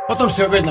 Potom si objednám.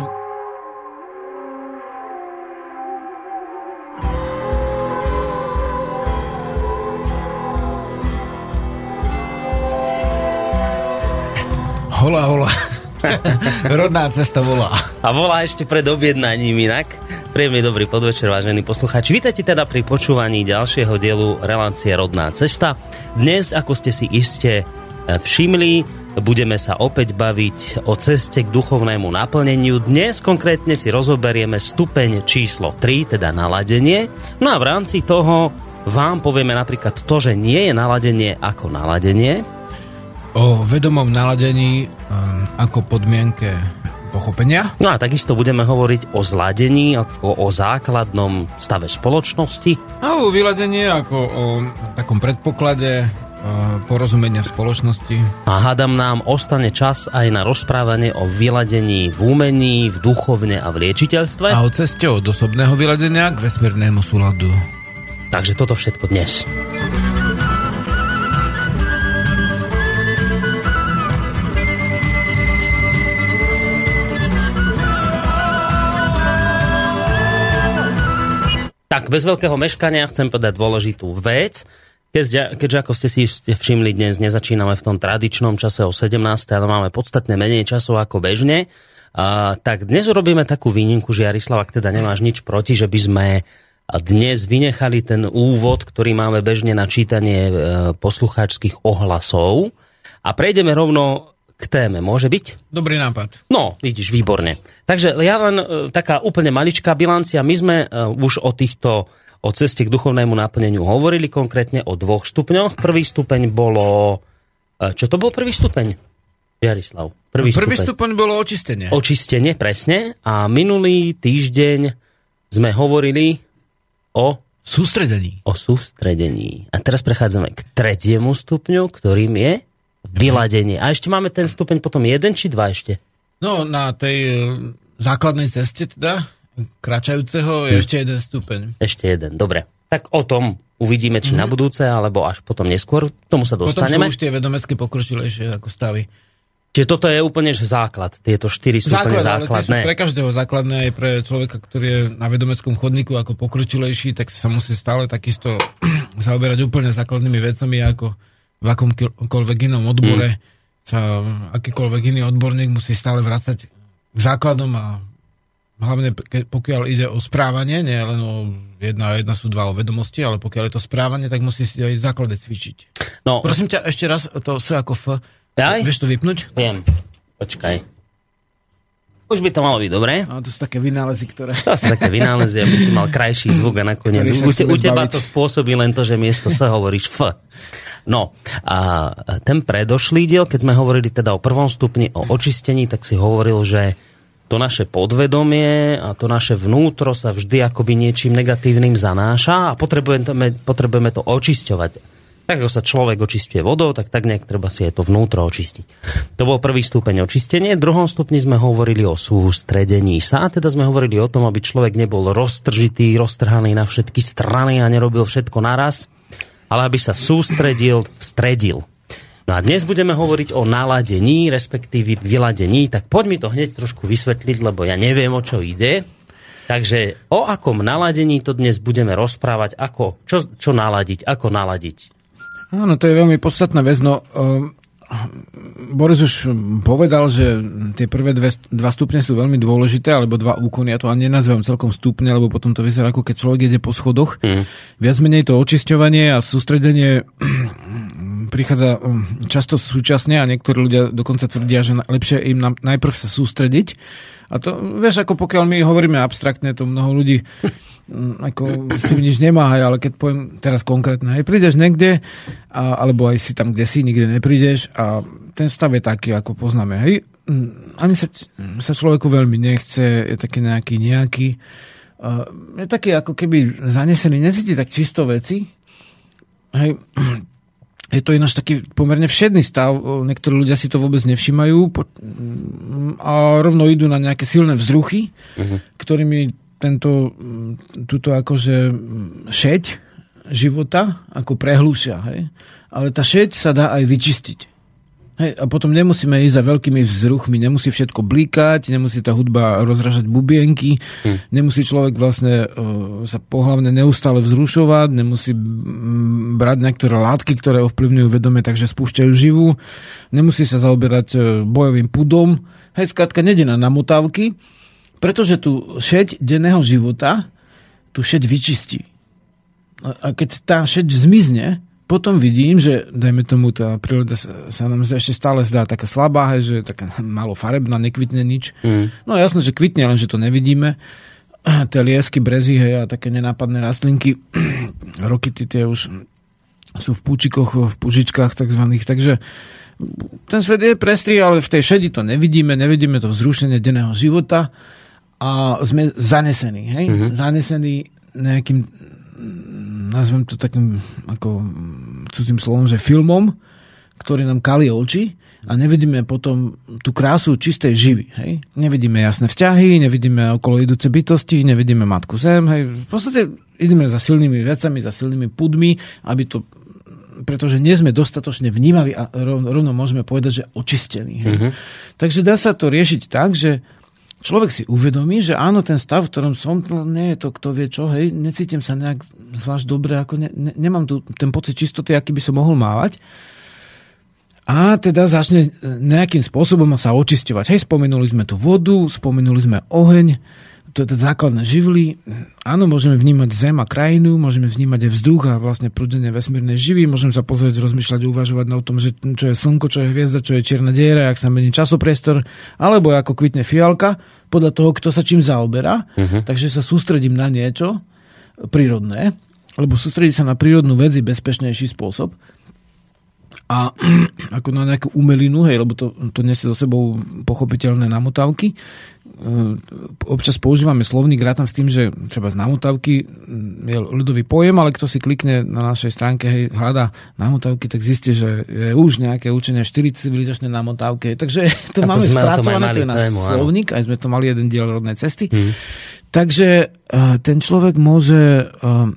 Hola, hola. Rodná cesta volá. A volá ešte pred objednaním inak. Príjemný dobrý podvečer, vážení poslucháči. Vítajte teda pri počúvaní ďalšieho dielu relácie Rodná cesta. Dnes, ako ste si iste všimli, budeme sa opäť baviť o ceste k duchovnému naplneniu. Dnes konkrétne si rozoberieme stupeň číslo 3, teda naladenie. No a v rámci toho vám povieme napríklad to, že nie je naladenie ako naladenie. O vedomom naladení ako podmienke pochopenia. No a takisto budeme hovoriť o zladení ako o základnom stave spoločnosti. A o vyladení ako o takom predpoklade porozumenia v spoločnosti. A hádam nám ostane čas aj na rozprávanie o vyladení v umení, v duchovne a v liečiteľstve. A o ceste od osobného vyladenia k vesmírnemu súladu. Takže toto všetko dnes. Tak, bez veľkého meškania chcem povedať dôležitú vec. Keďže ako ste si všimli, dnes nezačíname v tom tradičnom čase o 17. ale máme podstatne menej času ako bežne, tak dnes urobíme takú výnimku, že Jarislav, ak teda nemáš nič proti, že by sme dnes vynechali ten úvod, ktorý máme bežne na čítanie poslucháčskych ohlasov a prejdeme rovno k téme. Môže byť? Dobrý nápad. No, vidíš, výborne. Takže ja len taká úplne maličká bilancia. My sme už o ceste k duchovnému naplneniu hovorili konkrétne o 2 stupňoch. Prvý stupeň bolo... Čo to bol prvý stupeň? Jarislav. Prvý stupeň bolo očistenie. Očistenie, presne. A minulý týždeň sme hovorili o... Sústredení. O sústredení. A teraz prechádzame k 3. stupňu, ktorým je vyladenie. A ešte máme ten stupeň potom 1 či 2 ešte? No, na tej základnej ceste teda, kračajúceho, je ešte 1 stupeň. Ešte 1, dobre. Tak o tom uvidíme, či na budúce, alebo až potom neskôr. K tomu sa dostaneme. Potom sú už tie vedomecky pokročilejšie ako stavy. Čiže toto je úplne že základ. Tieto 4 sú úplne základné. Pre každého základné, aj pre človeka, ktorý je na vedomeckom chodníku ako pokročilejší, tak sa musí stále takisto zaoberať úplne základnými vecami, ako v akomkoľvek inom odbore sa akýkoľvek iný odborník musí stále vracať k základom a hlavne pokiaľ ide o správanie, nie len o jedna sú 2 o vedomosti, ale pokiaľ je to správanie, tak musí si aj základy cvičiť. No, prosím ťa, ešte raz to S ako F. Vieš to vypnúť? Viem. Počkaj. Už by to malo byť, dobre? No, to sú také vynálezy, ktoré... To sú také vynálezy, aby si mal krajší zvuk a nakoniec. U teba to spôsobí len to, že miesto S hovoríš F. No, a ten predošlý diel, keď sme hovorili teda o 1. stupni, o očistení, tak si hovoril, že to naše podvedomie a to naše vnútro sa vždy akoby niečím negatívnym zanáša a potrebujeme to očisťovať. Tak ako sa človek očisťuje vodou, tak nejak treba si aj to vnútro očistiť. To bol 1. stupeň očistenie. V 2. stupni sme hovorili o sústredení sa, a teda sme hovorili o tom, aby človek nebol roztržitý, roztrhaný na všetky strany a nerobil všetko naraz, ale aby sa sústredil, stredil. No a dnes budeme hovoriť o naladení, respektíve vyladení, tak poď mi to hneď trošku vysvetliť, lebo ja neviem, o čo ide. Takže o akom naladení to dnes budeme rozprávať, čo naladiť, ako naladiť. Áno, to je veľmi podstatná vec. No, Boris už povedal, že tie prvé 2 stupne sú veľmi dôležité, alebo 2 úkony, ja to ani nenazvem celkom stupne, lebo potom to vyzerá, ako keď človek ide po schodoch. Viac menej to očisťovanie a sústredenie prichádza často súčasne a niektorí ľudia dokonca tvrdia, že lepšie im najprv sa sústrediť. A to, vieš, ako pokiaľ my hovoríme abstraktne, to mnoho ľudí ako s tým nič nemá, ale keď poviem teraz konkrétne, aj prídeš niekde, alebo aj si tam, kde si, nikde neprídeš a ten stav je taký, ako poznáme, hej, ani sa človeku veľmi nechce, je taký nejaký, je taký ako keby zanesený, necíti tak čisto veci, hej, je to ináč taký pomerne všedný stav, niektorí ľudia si to vôbec nevšimajú a rovno idú na nejaké silné vzruchy, ktorými túto akože šeť života ako prehlúšia, hej? Ale tá šeť sa dá aj vyčistiť. Hej, a potom nemusíme ísť za veľkými vzruchmi, nemusí všetko blíkať, nemusí tá hudba rozražať bubienky, nemusí človek vlastne sa pohlavne neustále vzrušovať, nemusí brať niektoré látky, ktoré ovplyvňujú vedomie, takže spúšťajú živú, nemusí sa zaoberať bojovým pudom. Hej, skrátka, nejde na namotávky, pretože tu šeď denného života, tu šeď vyčistí. A keď tá šeď zmizne, potom vidím, že, dajme tomu, tá príroda sa nám ešte stále zdá taká slabá, že je taká málo farebná, nekvitne nič. No jasné, že kvitne, len že to nevidíme. Tie liesky, brezy, hej, a také nenápadné rastlinky, rokity tie už sú v púčikoch, v pužičkách takzvaných, takže ten svet je prestrý, ale v tej šedi to nevidíme to vzrušenie denného života a sme zanesení, hej? Zanesení nejakým, nazvem to takým ako cudzým slovom, že filmom, ktorý nám kalie oči a nevidíme potom tú krásu čistej živy. Hej? Nevidíme jasné vzťahy, nevidíme okolo idúce bytosti, nevidíme Matku Zem. Hej? V podstate ideme za silnými vecami, za silnými pudmi, pretože nie sme dostatočne vnímaví a rovno môžeme povedať, že očistení. Hej? Takže dá sa to riešiť tak, že človek si uvedomí, že áno, ten stav, v ktorom som, nie je to kto vie čo, hej, necítim sa nejak zvlášť dobre, ako nemám tu ten pocit čistoty, aký by som mohol mávať. A teda začne nejakým spôsobom sa očisťovať. Hej, spomenuli sme tu vodu, spomenuli sme oheň, to je základné živly. Áno, môžeme vnímať zem a krajinu, môžeme vnímať aj vzduch a vlastne prúdenie vesmírnej živy, môžeme sa pozrieť, rozmýšľať, uvažovať o tom, že čo je slnko, čo je hviezda, čo je čierna diera, jak sa mení časopriestor, alebo ako kvitne fialka, podľa toho, kto sa čím zaoberá. Takže sa sústredím na niečo prírodné, alebo sústrediť sa na prírodnú vec je bezpečnejší spôsob. A ako na nejakú umelinu, hej, lebo to nesie so sebou pochopiteľné namotávky. Občas používame slovník, rátam s tým, že treba z namotávky je ľudový pojem, ale kto si klikne na našej stránke, hej, hľadá namotávky, tak zistí, že je už nejaké učenie 4 civilizačné namotávky. Takže to máme spracované, to je náš slovník, aj sme to mali jeden diel rodnej cesty. Takže ten človek môže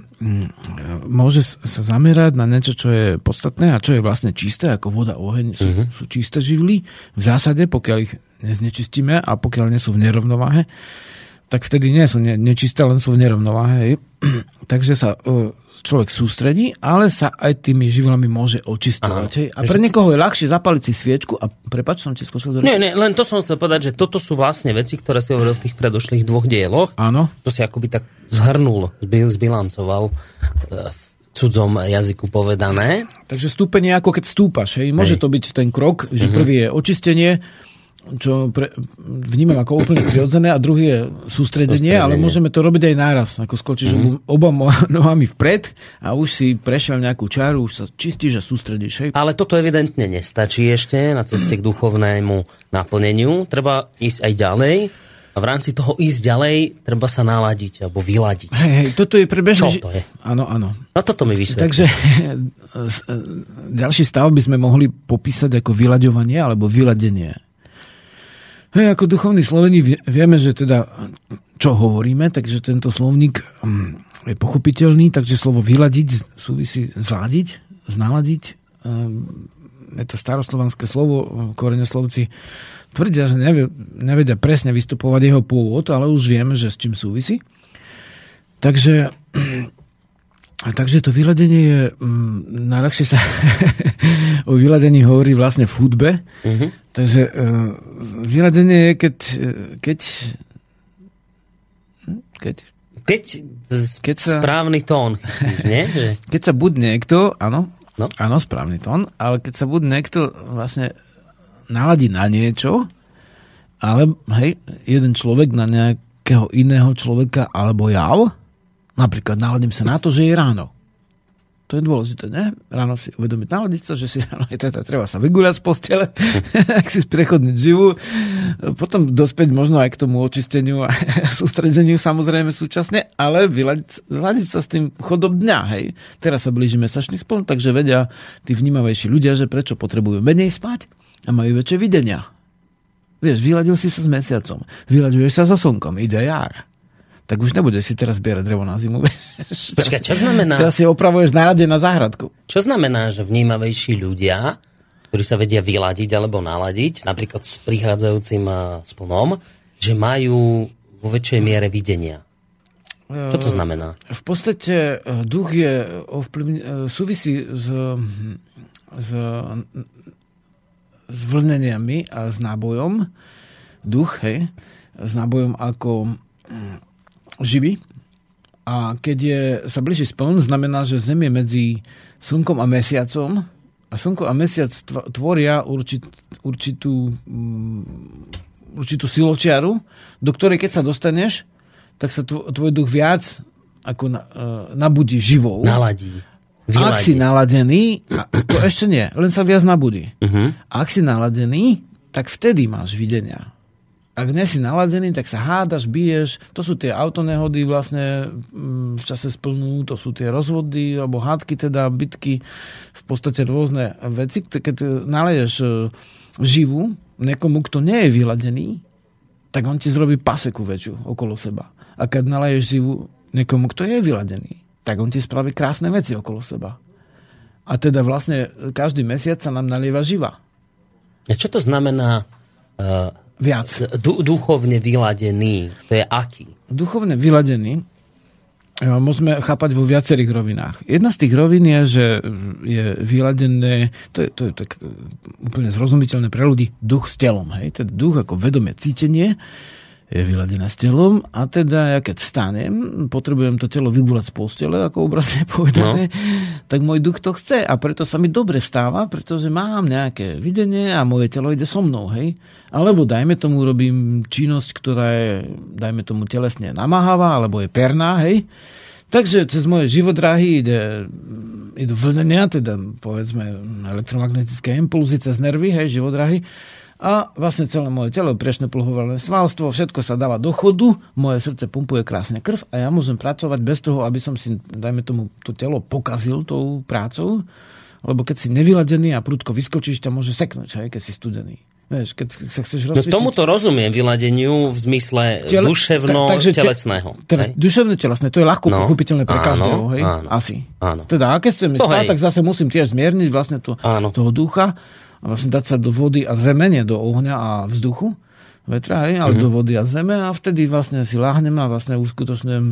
sa zamerať na niečo, čo je podstatné a čo je vlastne čisté, ako voda, oheň, sú čisté živly. V zásade, pokiaľ ich neznečistíme a pokiaľ nie sú v nerovnováhe, tak vtedy nie sú nečisté, len sú v nerovnováhe. Takže sa človek sústredí, ale sa aj tými živlami môže očistovať. A pre niekoho je ľahšie zapaliť si sviečku a prepáč, som ti skočil do... Nie, len to som chcel povedať, že toto sú vlastne veci, ktoré si hovoril v tých predošlých 2 dieloch. Áno. To si akoby tak zhrnul, zbilancoval v cudzom jazyku povedané. Takže stúpenie ako keď stúpaš. Hej? Môže to byť ten krok, že prvý je očistenie, čo vnímam ako úplne prirodzené, a druhý je sústredenie, ale môžeme to robiť aj náraz. Ako skočíš oboma nohami vpred a už si prešiel nejakú čaru, už sa čistíš a sústredíš. Hej? Ale toto evidentne nestačí ešte na ceste k duchovnému naplneniu. Treba ísť aj ďalej. A v rámci toho ísť ďalej, treba sa naladiť alebo vyladiť. Hej, toto je prebežné. Čo to je? Áno. No toto mi vysvetlí. Takže ďalší stav by sme mohli popísať ako vyľaďovanie alebo vyladenie. Hej, ako duchovní Sloveni vieme, že teda čo hovoríme, takže tento slovník je pochopiteľný, takže slovo vyladiť súvisí zladiť, znaladiť. Je to staroslovanské slovo, koreňoslovci tvrdia, že nevedia presne vystupovať jeho pôvod, ale už vieme, že s čím súvisí. Takže to vyladenie je najľahšie sa o vyladení hovorí vlastne v hudbe. Takže vyladenie je keď sa, správny tón. Nie? Keď sa buď niekto, áno, správny tón, ale keď sa buď niekto vlastne naladí na niečo, ale hej, jeden človek na nejakého iného človeka alebo jav, napríklad naladím sa na to, že je ráno. To je dôležité, ne? Ráno si uvedomiť, naladiť sa, že si ráno treba sa vyguľať z postele, ak si prechodniť živú, potom dospieť možno aj k tomu očisteniu a sústredeniu samozrejme súčasne, ale vyladiť sa s tým chodom dňa, hej. Teraz sa blíži mesačný spln, takže vedia tí vnímavejší ľudia, že prečo potrebujú menej spať a majú väčšie videnia. Vieš, vyladil si sa s mesiacom, vylaďuješ sa so slnkom, ide jar. Tak už nebudeš si teraz zbierať drevo na zimu. Počkaj, čo znamená? Teraz si opravuješ nárade na záhradku. Čo znamená, že vnímavejší ľudia ktorí sa vedia vyladiť alebo naladiť, napríklad s prichádzajúcim splnom, že majú vo väčšej miere videnia. Čo to znamená? V podstate duch je súvisí s vlneniami a s nábojom. Duch, hej, s nábojom ako živý. A keď sa blíži spln, znamená, že Zem je medzi Slnkom a Mesiacom. A Slnko a Mesiac tvoria určitú siločiaru, do ktorej keď sa dostaneš, tak sa tvoj duch viac ako nabudí živou. Naladí. Ak si naladený, to ešte nie, len sa viac nabudí. Ak si naladený, tak vtedy máš videnia. Ak nie si naladený, tak sa hádaš, biješ. To sú tie autonehody vlastne v čase splnú, to sú tie rozvody, alebo hádky, teda bitky, v podstate rôzne veci. Keď naleješ živú niekomu, kto nie je vyladený, tak on ti zrobí paseku väčšiu okolo seba. A keď naleješ živú niekomu, kto je vyladený, tak on ti spraví krásne veci okolo seba. A teda vlastne každý mesiac sa nám nalieva živa. A čo to znamená viac? Duchovne vyladený? To je aký? Duchovne vyladený môžeme chápať vo viacerých rovinách. Jedna z tých rovín je, že je vyladené, to je úplne zrozumiteľné pre ľudí, duch s telom. Hej? Teda duch ako vedomé cítenie je vyladené s telom a teda ja keď vstanem, potrebujem to telo vygúľať z postele, ako obrazne povedané, tak môj duch to chce a preto sa mi dobre vstáva, pretože mám nejaké videnie a moje telo ide so mnou, hej. Alebo dajme tomu, robím činnosť, ktorá je, dajme tomu, telesne namáhavá, alebo je perná, hej. Takže cez moje živodráhy idú vlnenia, teda povedzme elektromagnetické impulzy cez nervy, hej, živodráhy. A vlastne celé moje telo, priečné pluhovalné svalstvo, všetko sa dáva do chodu, moje srdce pumpuje krásne krv a ja môžem pracovať bez toho, aby som si, dajme tomu, to telo pokazil tou prácou, lebo keď si nevyladený a prudko vyskočíš, ťa môže seknúť, hej, keď si studený. Vieš, keď sa chceš rozcvičiť... No tomuto rozumiem vyladeniu v zmysle duševno-telesného. Duševno-telesné, to je ľahko pochopiteľné pre každého, hej? Áno, asi. Áno. Teda, a keď chceme spať, tak zase musím tiež zmierniť vlastne toho ducha, a vlastne dať sa do vody a zeme, nie do ohňa a vzduchu, vetra, hej, ale do vody a zeme a vtedy vlastne si láhnem a vlastne uskutočňujem,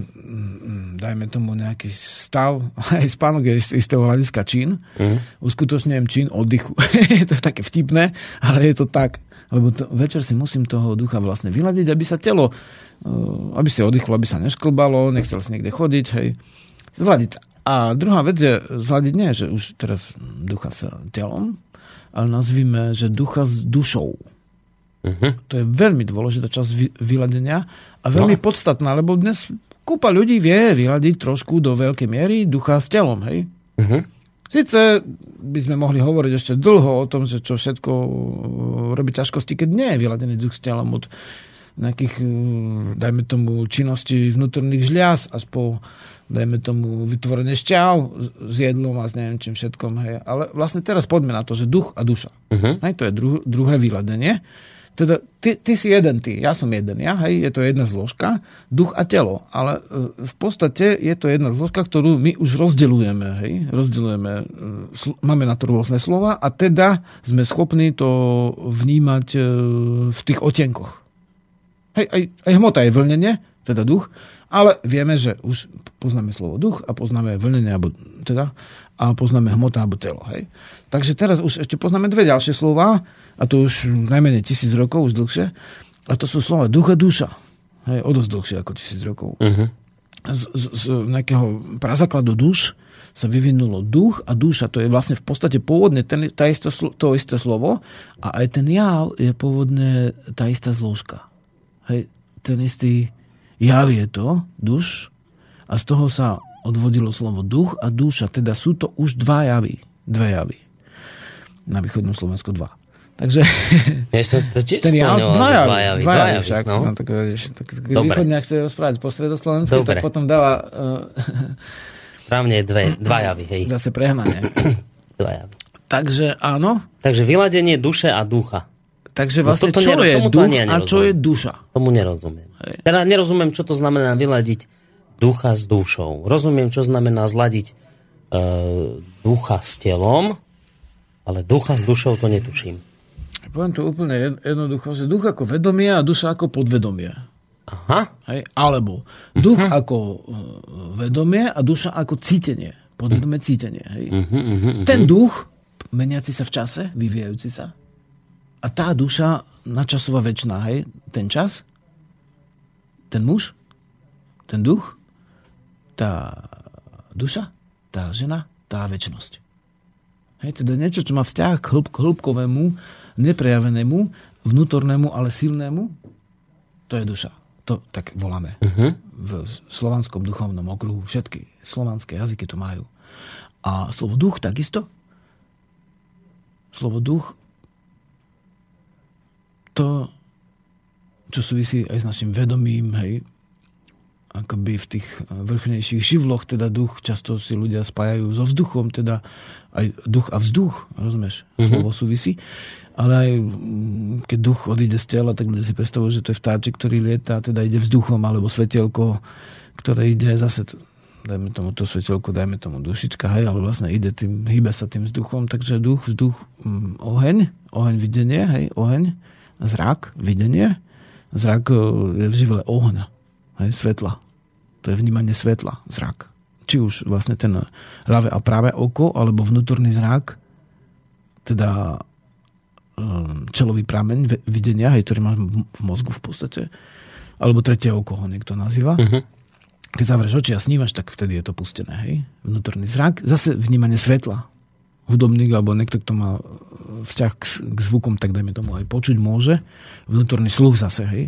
dajme tomu nejaký stav, aj spánok je z istého hľadiska čin, uskutočňujem čin oddychu. To je také vtipné, ale je to tak, lebo večer si musím toho ducha vlastne vyladiť, aby sa telo, aby si oddychlo, aby sa nešklbalo, nechcel si niekde chodiť, hej, zladiť. A druhá vec je zladiť nie, že už teraz ducha s telom, ale nazvime, že ducha s dušou. To je veľmi dôležitá časť vyladenia a veľmi podstatná, lebo dnes kúpa ľudí vie vyladiť trošku do veľkej miery ducha s telom, hej? Sice by sme mohli hovoriť ešte dlho o tom, že čo všetko robí ťažkosti, keď nie je vyladený duch s telom od nejakých, dajme tomu, činností vnútorných žľaz až po, dajme tomu, vytvorenie šťav s jedlom a s neviem čím všetkom. Hej. Ale vlastne teraz poďme na to, že duch a duša. Hej, to je druhé vyladenie. Teda ty si jeden, ja som jeden, hej, je to jedna zložka, duch a telo. Ale v podstate je to jedna zložka, ktorú my už rozdeľujeme. Hej. Máme na to rôzne slova a teda sme schopní to vnímať v tých otenkoch. Hej, aj hmota je vlnenie, teda duch, ale vieme, že už poznáme slovo duch a poznáme vlnenie, a poznáme hmota alebo telo. Hej. Takže teraz už ešte poznáme dve ďalšie slova, a to už najmenej 1000 rokov, už dlhšie, a to sú slova duch a duša. Hej, o dosť dlhšie ako 1000 rokov. Z nejakého prazakladu duš sa vyvinulo duch a duša. To je vlastne v podstate pôvodne to isté slovo a aj ten jav je pôvodne tá istá zložka. Hej, ten istý jav je to, duš, a z toho sa odvodilo slovo duch a duša, teda sú to už dve javy. Na východnom Slovensku 2. Takže ten jav, dva javy však. No, tak východňák chce rozprávať po stredoslovensku, tak potom dáva... Správne dva javy, hej. Zase prehnanie. Dva javy. Takže áno. Takže vyladenie duše a ducha. Takže vlastne čo je duch a čo je duša? Tomu nerozumiem. Hej. Teda nerozumiem, čo to znamená vyladiť ducha s dušou. Rozumiem, čo znamená zladiť ducha s telom. Ale ducha s dušou to netuším. Poviem to úplne jednoducho, že duch ako vedomie a duša ako podvedomie. Aha. Hej? Alebo duch ako vedomie a duša ako cítenie. Podvedomie cítenie. Hej? Ten duch, meniaci sa v čase, vyvíjajúci sa, a tá duša načasová večná, hej? Ten čas, ten muž, ten duch, tá duša, tá žena, tá večnosť. Hej, teda niečo, čo má vzťah k hĺbkovému, neprejavenému, vnútornému, ale silnému, to je duša. To tak voláme. V slovanskom duchovnom okruhu všetky slovanské jazyky to majú. A slovo duch takisto. Slovo duch to, čo súvisí aj s našim vedomím, hej, akoby v tých vrchnejších živloch, teda duch, často si ľudia spájajú so vzduchom, teda aj duch a vzduch, rozumieš, slovo súvisí, ale aj keď duch odíde z tela, tak ľudia si predstavujú, že to je vtáčik, ktorý lieta, teda ide vzduchom, alebo svetielko, ktoré ide zase, dajme tomu to svetielko, dajme tomu dušička, hej, ale vlastne ide tým, hýbe sa tým vzduchom, takže duch, vzduch, oheň videnie, hej, oheň, zrak, videnie, zrak je v živle ohňa. Hej, svetla. To je vnímanie svetla, zrak. Či už vlastne ten ľavé a pravé oko, alebo vnútorný zrak, teda čelový prameň videnia, hej, ktorý máš v mozgu v podstate, alebo tretie oko ho niekto nazýva. Keď zavrieš oči a snívaš, tak vtedy je to pustené. Hej. Vnútorný zrak, zase vnímanie svetla. Hudobník, alebo niekto, kto má vzťah k zvukom, tak dajme tomu aj počuť môže. Vnútorný sluch zase, hej.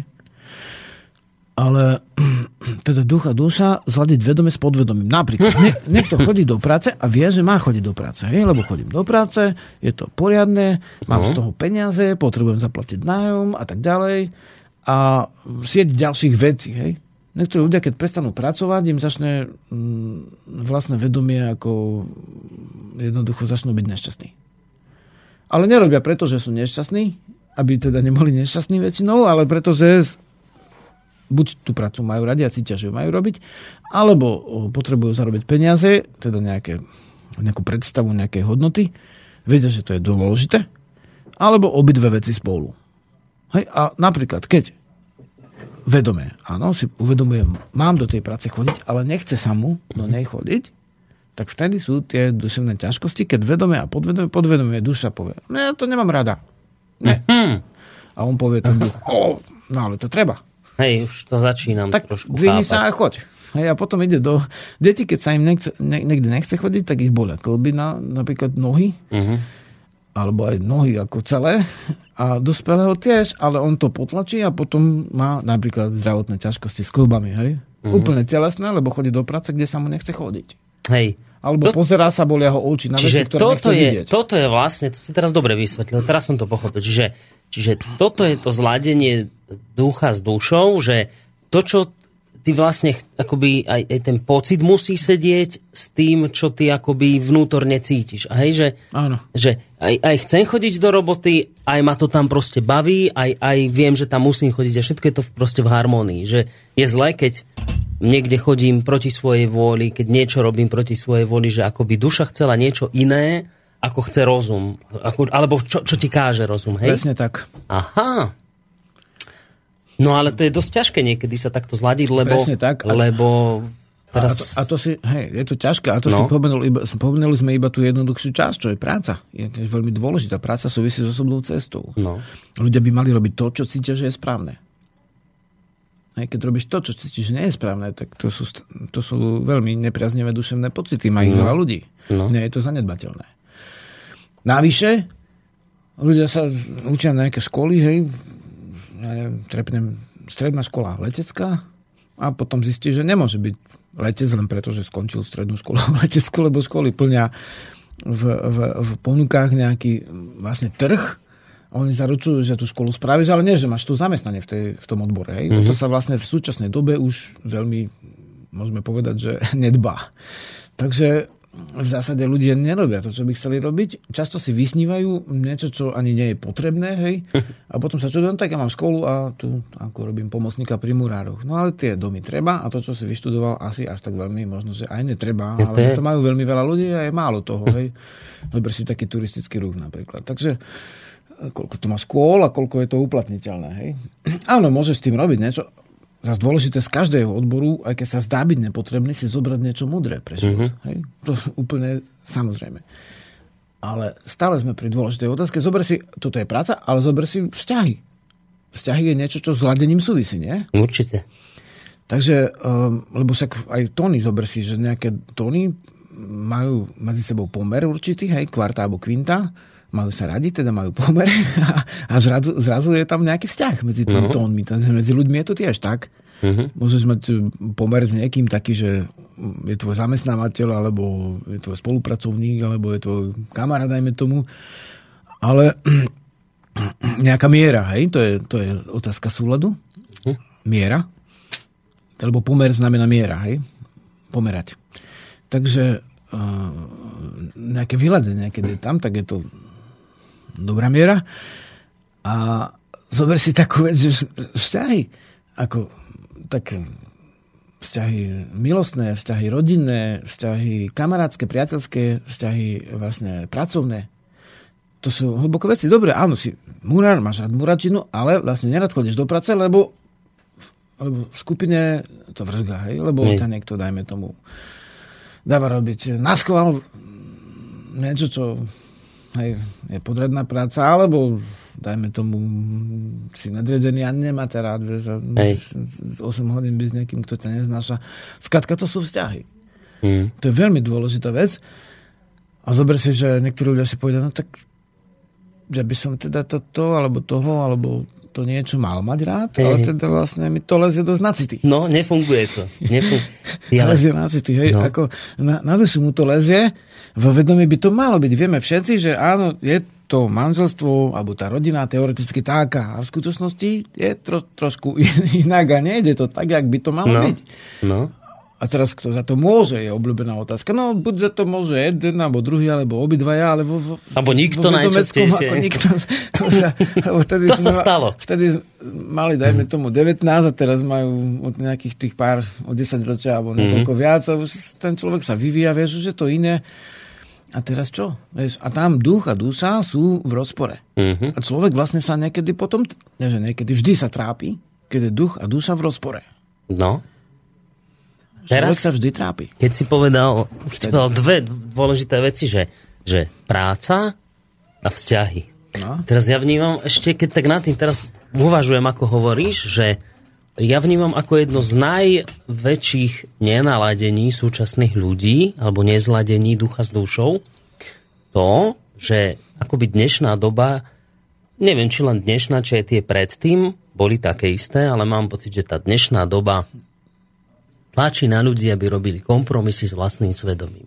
Ale teda duch a duša zladiť vedome s podvedomím. Napríklad niekto chodí do práce a vie, že má chodiť do práce. Hej? Lebo chodím do práce, je to poriadne, mám z toho peniaze, potrebujem zaplatiť nájom a tak ďalej. A sieť ďalších vecí. Hej? Niektorí ľudia, keď prestanú pracovať, im začne vlastné vedomie ako jednoducho začnú byť nešťastní. Ale nerobia preto, že sú nešťastní, aby teda neboli nešťastní väčšinou, ale pretože buď tú prácu majú radi a cítia, že ju majú robiť, alebo potrebujú zarobiť peniaze, teda nejakú predstavu nejakej hodnoty, vedia, že to je dôležité, alebo obidve veci spolu. Hej, a napríklad, keď vedomé, áno, si uvedomujem, mám do tej práce chodiť, ale nechce sa mu do nej chodiť, tak vtedy sú tie duševné ťažkosti, keď vedomé a podvedomé duša povie, ja to nemám rada. Ne. A on povie ten duch, no ale to treba. Hej, už to začínam tak trošku chápať. Tak dvihni sa a choď. Hej, a potom ide do... Deti, keď sa im niekde nechce chodiť, tak ich bolia klby, napríklad nohy, alebo aj nohy ako celé. A dospelého tiež, ale on to potlačí a potom má napríklad zdravotné ťažkosti s klbami. Hej? Úplne telesné, lebo chodí do práce, kde sa mu nechce chodiť. Hej. Alebo pozerá sa, bolia ho oči na veci, ktoré nechce vidieť. Toto je vlastne, to si teraz dobre vysvetlil, teraz som to pochopil. Čiže toto je to zladenie ducha s dušou, že to, čo ty vlastne akoby aj ten pocit musí sedieť s tým, čo ty akoby vnútorne cítiš. A hej, že, áno. Že aj chcem chodiť do roboty, aj ma to tam proste baví, aj viem, že tam musím chodiť a všetko je to proste v harmonii. Že je zle, keď niekde chodím proti svojej vôli, keď niečo robím proti svojej vôli, že akoby duša chcela niečo iné, ako chce rozum. Alebo čo ti káže rozum, hej? Presne tak. Aha. No ale to je dosť ťažké niekedy sa takto zladiť, lebo... Presne tak. Lebo teraz... A to si, hej, je to ťažké. A to si povedali sme iba tú jednoduchšiu časť, čo je práca. Je veľmi dôležitá. Práca súvisí s osobnou cestou. No. Ľudia by mali robiť to, čo cítia, že je správne. Hej, keď robíš to, čo cítiš, že nie je správne, tak to sú veľmi nepriaznivé duševné pocity. Majú veľa ľudí. No. Nie je to zanedbateľné. Navyše, ľudia sa učia na nejaké školy, hej, ja neviem, trepnem stredná škola letecká a potom zistí, že nemôže byť letec len preto, že skončil strednú školu leteckú, lebo školy plnia v ponukách nejaký vlastne trh. Oni zaručujú, že tú školu spravíš, ale nie, že máš tu zamestnanie v tom odbore. Hej. To sa vlastne v súčasnej dobe už veľmi, môžeme povedať, že nedbá. Takže v zásade ľudia nerobia to, čo by chceli robiť. Často si vysnívajú niečo, čo ani nie je potrebné, hej. A potom sa čudujem, tak ja mám školu a tu ako robím pomocníka pri murároch. No ale tie domy treba a to, čo si vyštudoval, asi až tak veľmi možno, že aj netreba. Ale to majú veľmi veľa ľudí a je málo toho, hej. Dobre si taký turistický ruch napríklad. Takže koľko to má škôl a koľko je to uplatniteľné, hej. Áno, môžeš s tým robiť niečo. Zas dôležité z každého odboru, aj keď sa zdá byť nepotrebný, si zobrať niečo mudré pre život. Hej? To je úplne samozrejme. Ale stále sme pri dôležitej otázke. Zober si, toto je práca, ale zober si vzťahy. Vzťahy je niečo, čo s hľadením súvisí, nie? Určite. Takže, lebo však aj tóny, zober si, že nejaké tóny majú medzi sebou pomer určitý, hej, kvarta alebo kvinta, majú sa radi, teda majú pomer a zrazu je tam nejaký vzťah medzi tými tónmi. Medzi ľuďmi je to tiež tak. Môžeš mať pomer s niekým taký, že je tvoj zamestnávateľ, alebo je tvoj spolupracovník, alebo je tvoj kamarát, dajme tomu. Ale nejaká miera, hej? To je otázka súladu. Miera. Lebo pomer znamená miera, hej? Pomerať. Takže nejaké vyladenie, keď je tam, tak je to dobrá miera. A zober si takú vec, že vzťahy, ako tak vzťahy milostné, vzťahy rodinné, vzťahy kamarátske, priateľské, vzťahy vlastne pracovné. To sú hlboko veci. Dobre, áno, si murár, máš rád muračinu, ale vlastne nerad chodíš do práce, lebo v skupine to vrzga, hej? Lebo tam niekto, dajme tomu, dáva robiť na schvál niečo, čo hej, je podredná práca, alebo dajme tomu si nadvedený a nemáte rád, že sa 8 hodín byť s niekým, kto ťa neznáša. Skrátka, to sú vzťahy. To je veľmi dôležitá vec. A zober si, že niektorí ľudia si povedia, no tak ja by som teda toto, alebo toho, alebo to niečo mal mať rád, ale teda vlastne mi to lezie dosť na city. No, nefunguje to. Lezie na city, hej. No. Ako na dušu mu to lezie, vo vedomí by to malo byť. Vieme všetci, že áno, je to manželstvo, alebo tá rodina teoreticky taká, a v skutočnosti je trošku inak a nejde to tak, jak by to malo byť. No. A teraz, kto za to môže, je obľúbená otázka. No, buď za to môže jeden, alebo druhý, alebo obidvaja, alebo alebo nikto najčastejšie. To sa stalo. Vtedy mali, dajme tomu, 19 a teraz majú od nejakých tých pár, od 10 ročia, alebo niekoľko viac. A už ten človek sa vyvíja, vieš, že to iné. A teraz čo? Vieš, a tam duch a duša sú v rozpore. A človek vlastne sa niekedy potom, niekedy vždy sa trápi, keď je duch a duša v rozpore. No. Teraz sa vždy trápi. Keď si povedal dve dôležité veci, že práca a vzťahy. No. Teraz ja vnímam, ešte keď tak na tým teraz uvažujem, ako hovoríš, že ja vnímam ako jedno z najväčších nenaladení súčasných ľudí, alebo nezladení ducha s dušou, to, že akoby dnešná doba, neviem, či len dnešná, či aj tie predtým boli také isté, ale mám pocit, že tá dnešná doba tlačí na ľudí, aby robili kompromisy s vlastným svedomím.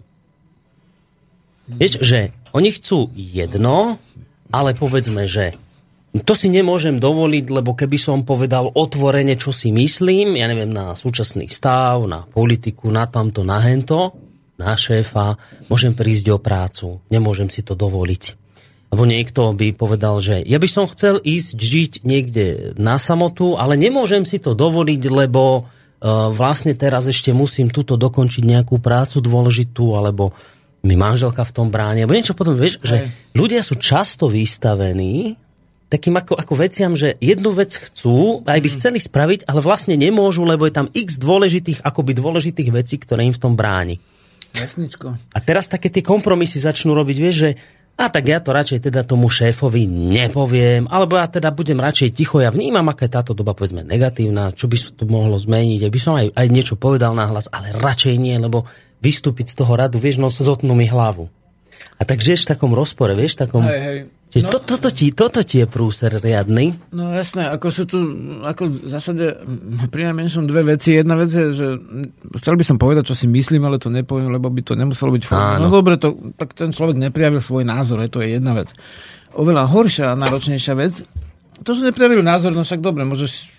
Vieš, že oni chcú jedno, ale povedzme, že to si nemôžem dovoliť, lebo keby som povedal otvorene, čo si myslím, ja neviem, na súčasný stav, na politiku, na tamto, na hento, na šéfa, môžem prísť o prácu, nemôžem si to dovoliť. Lebo niekto by povedal, že ja by som chcel ísť žiť niekde na samotu, ale nemôžem si to dovoliť, lebo vlastne teraz ešte musím tuto dokončiť nejakú prácu dôležitú, alebo mi manželka v tom bráni, alebo niečo potom, vieš, že ľudia sú často vystavení takým ako veciam, že jednu vec chcú, aj by chceli spraviť, ale vlastne nemôžu, lebo je tam x dôležitých vecí, ktoré im v tom bráni. Jasničko. A teraz také tie kompromisy začnú robiť, vieš, že a tak ja to radšej teda tomu šéfovi nepoviem, alebo ja teda budem radšej ticho, ja vnímam, aká je táto doba, povedzme, negatívna, čo by sa to mohlo zmeniť, aby som aj niečo povedal nahlas, ale radšej nie, lebo vystúpiť z toho radu, vieš, no zotnú mi hlavu. A tak žiješ v takom rozpore, vieš, takom... Hej. No, toto ti je prúser riadny. No jasné, ako sú tu, ako v zásade pri najmenšom dve veci. Jedna vec je, že chcel by som povedať, čo si myslím, ale to nepoviem, lebo by to nemuselo byť formálne. No dobre, tak ten človek neprijavil svoj názor, to je jedna vec. Oveľa horšia a náročnejšia vec, to, že neprijavil názor, no však dobre, môžeš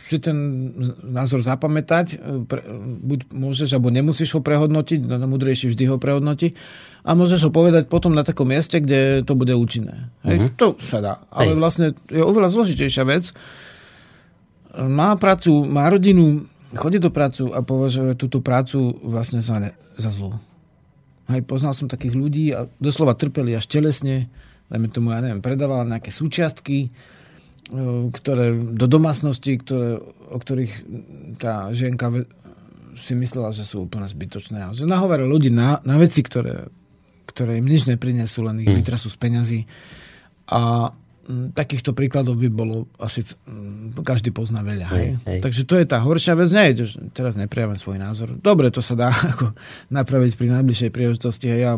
si ten názor zapamätať, buď môžeš, alebo nemusíš ho prehodnotiť, no múdrejší vždy ho prehodnotí, a môžeš ho povedať potom na takom mieste, kde to bude účinné. Hej, to sa dá. Ale vlastne je oveľa zložitejšia vec. Má pracu, má rodinu, chodí do prácu a považuje túto prácu vlastne za zlú. Hej, poznal som takých ľudí a doslova trpeli až telesne, dajme tomu, ja neviem, predávala nejaké súčiastky, ktoré do domácnosti, o ktorých tá žienka si myslela, že sú úplne zbytočné. Že nahovára ľudí na veci, ktoré im nič neprinesú, len ich vytrasú z peňazí. A takýchto príkladov by bolo asi každý pozná veľa. Hej. Takže to je tá horšia vec. Nie, teraz neprejavujem svoj názor. Dobre, to sa dá ako napraviť pri najbližšej príležitosti. Hej.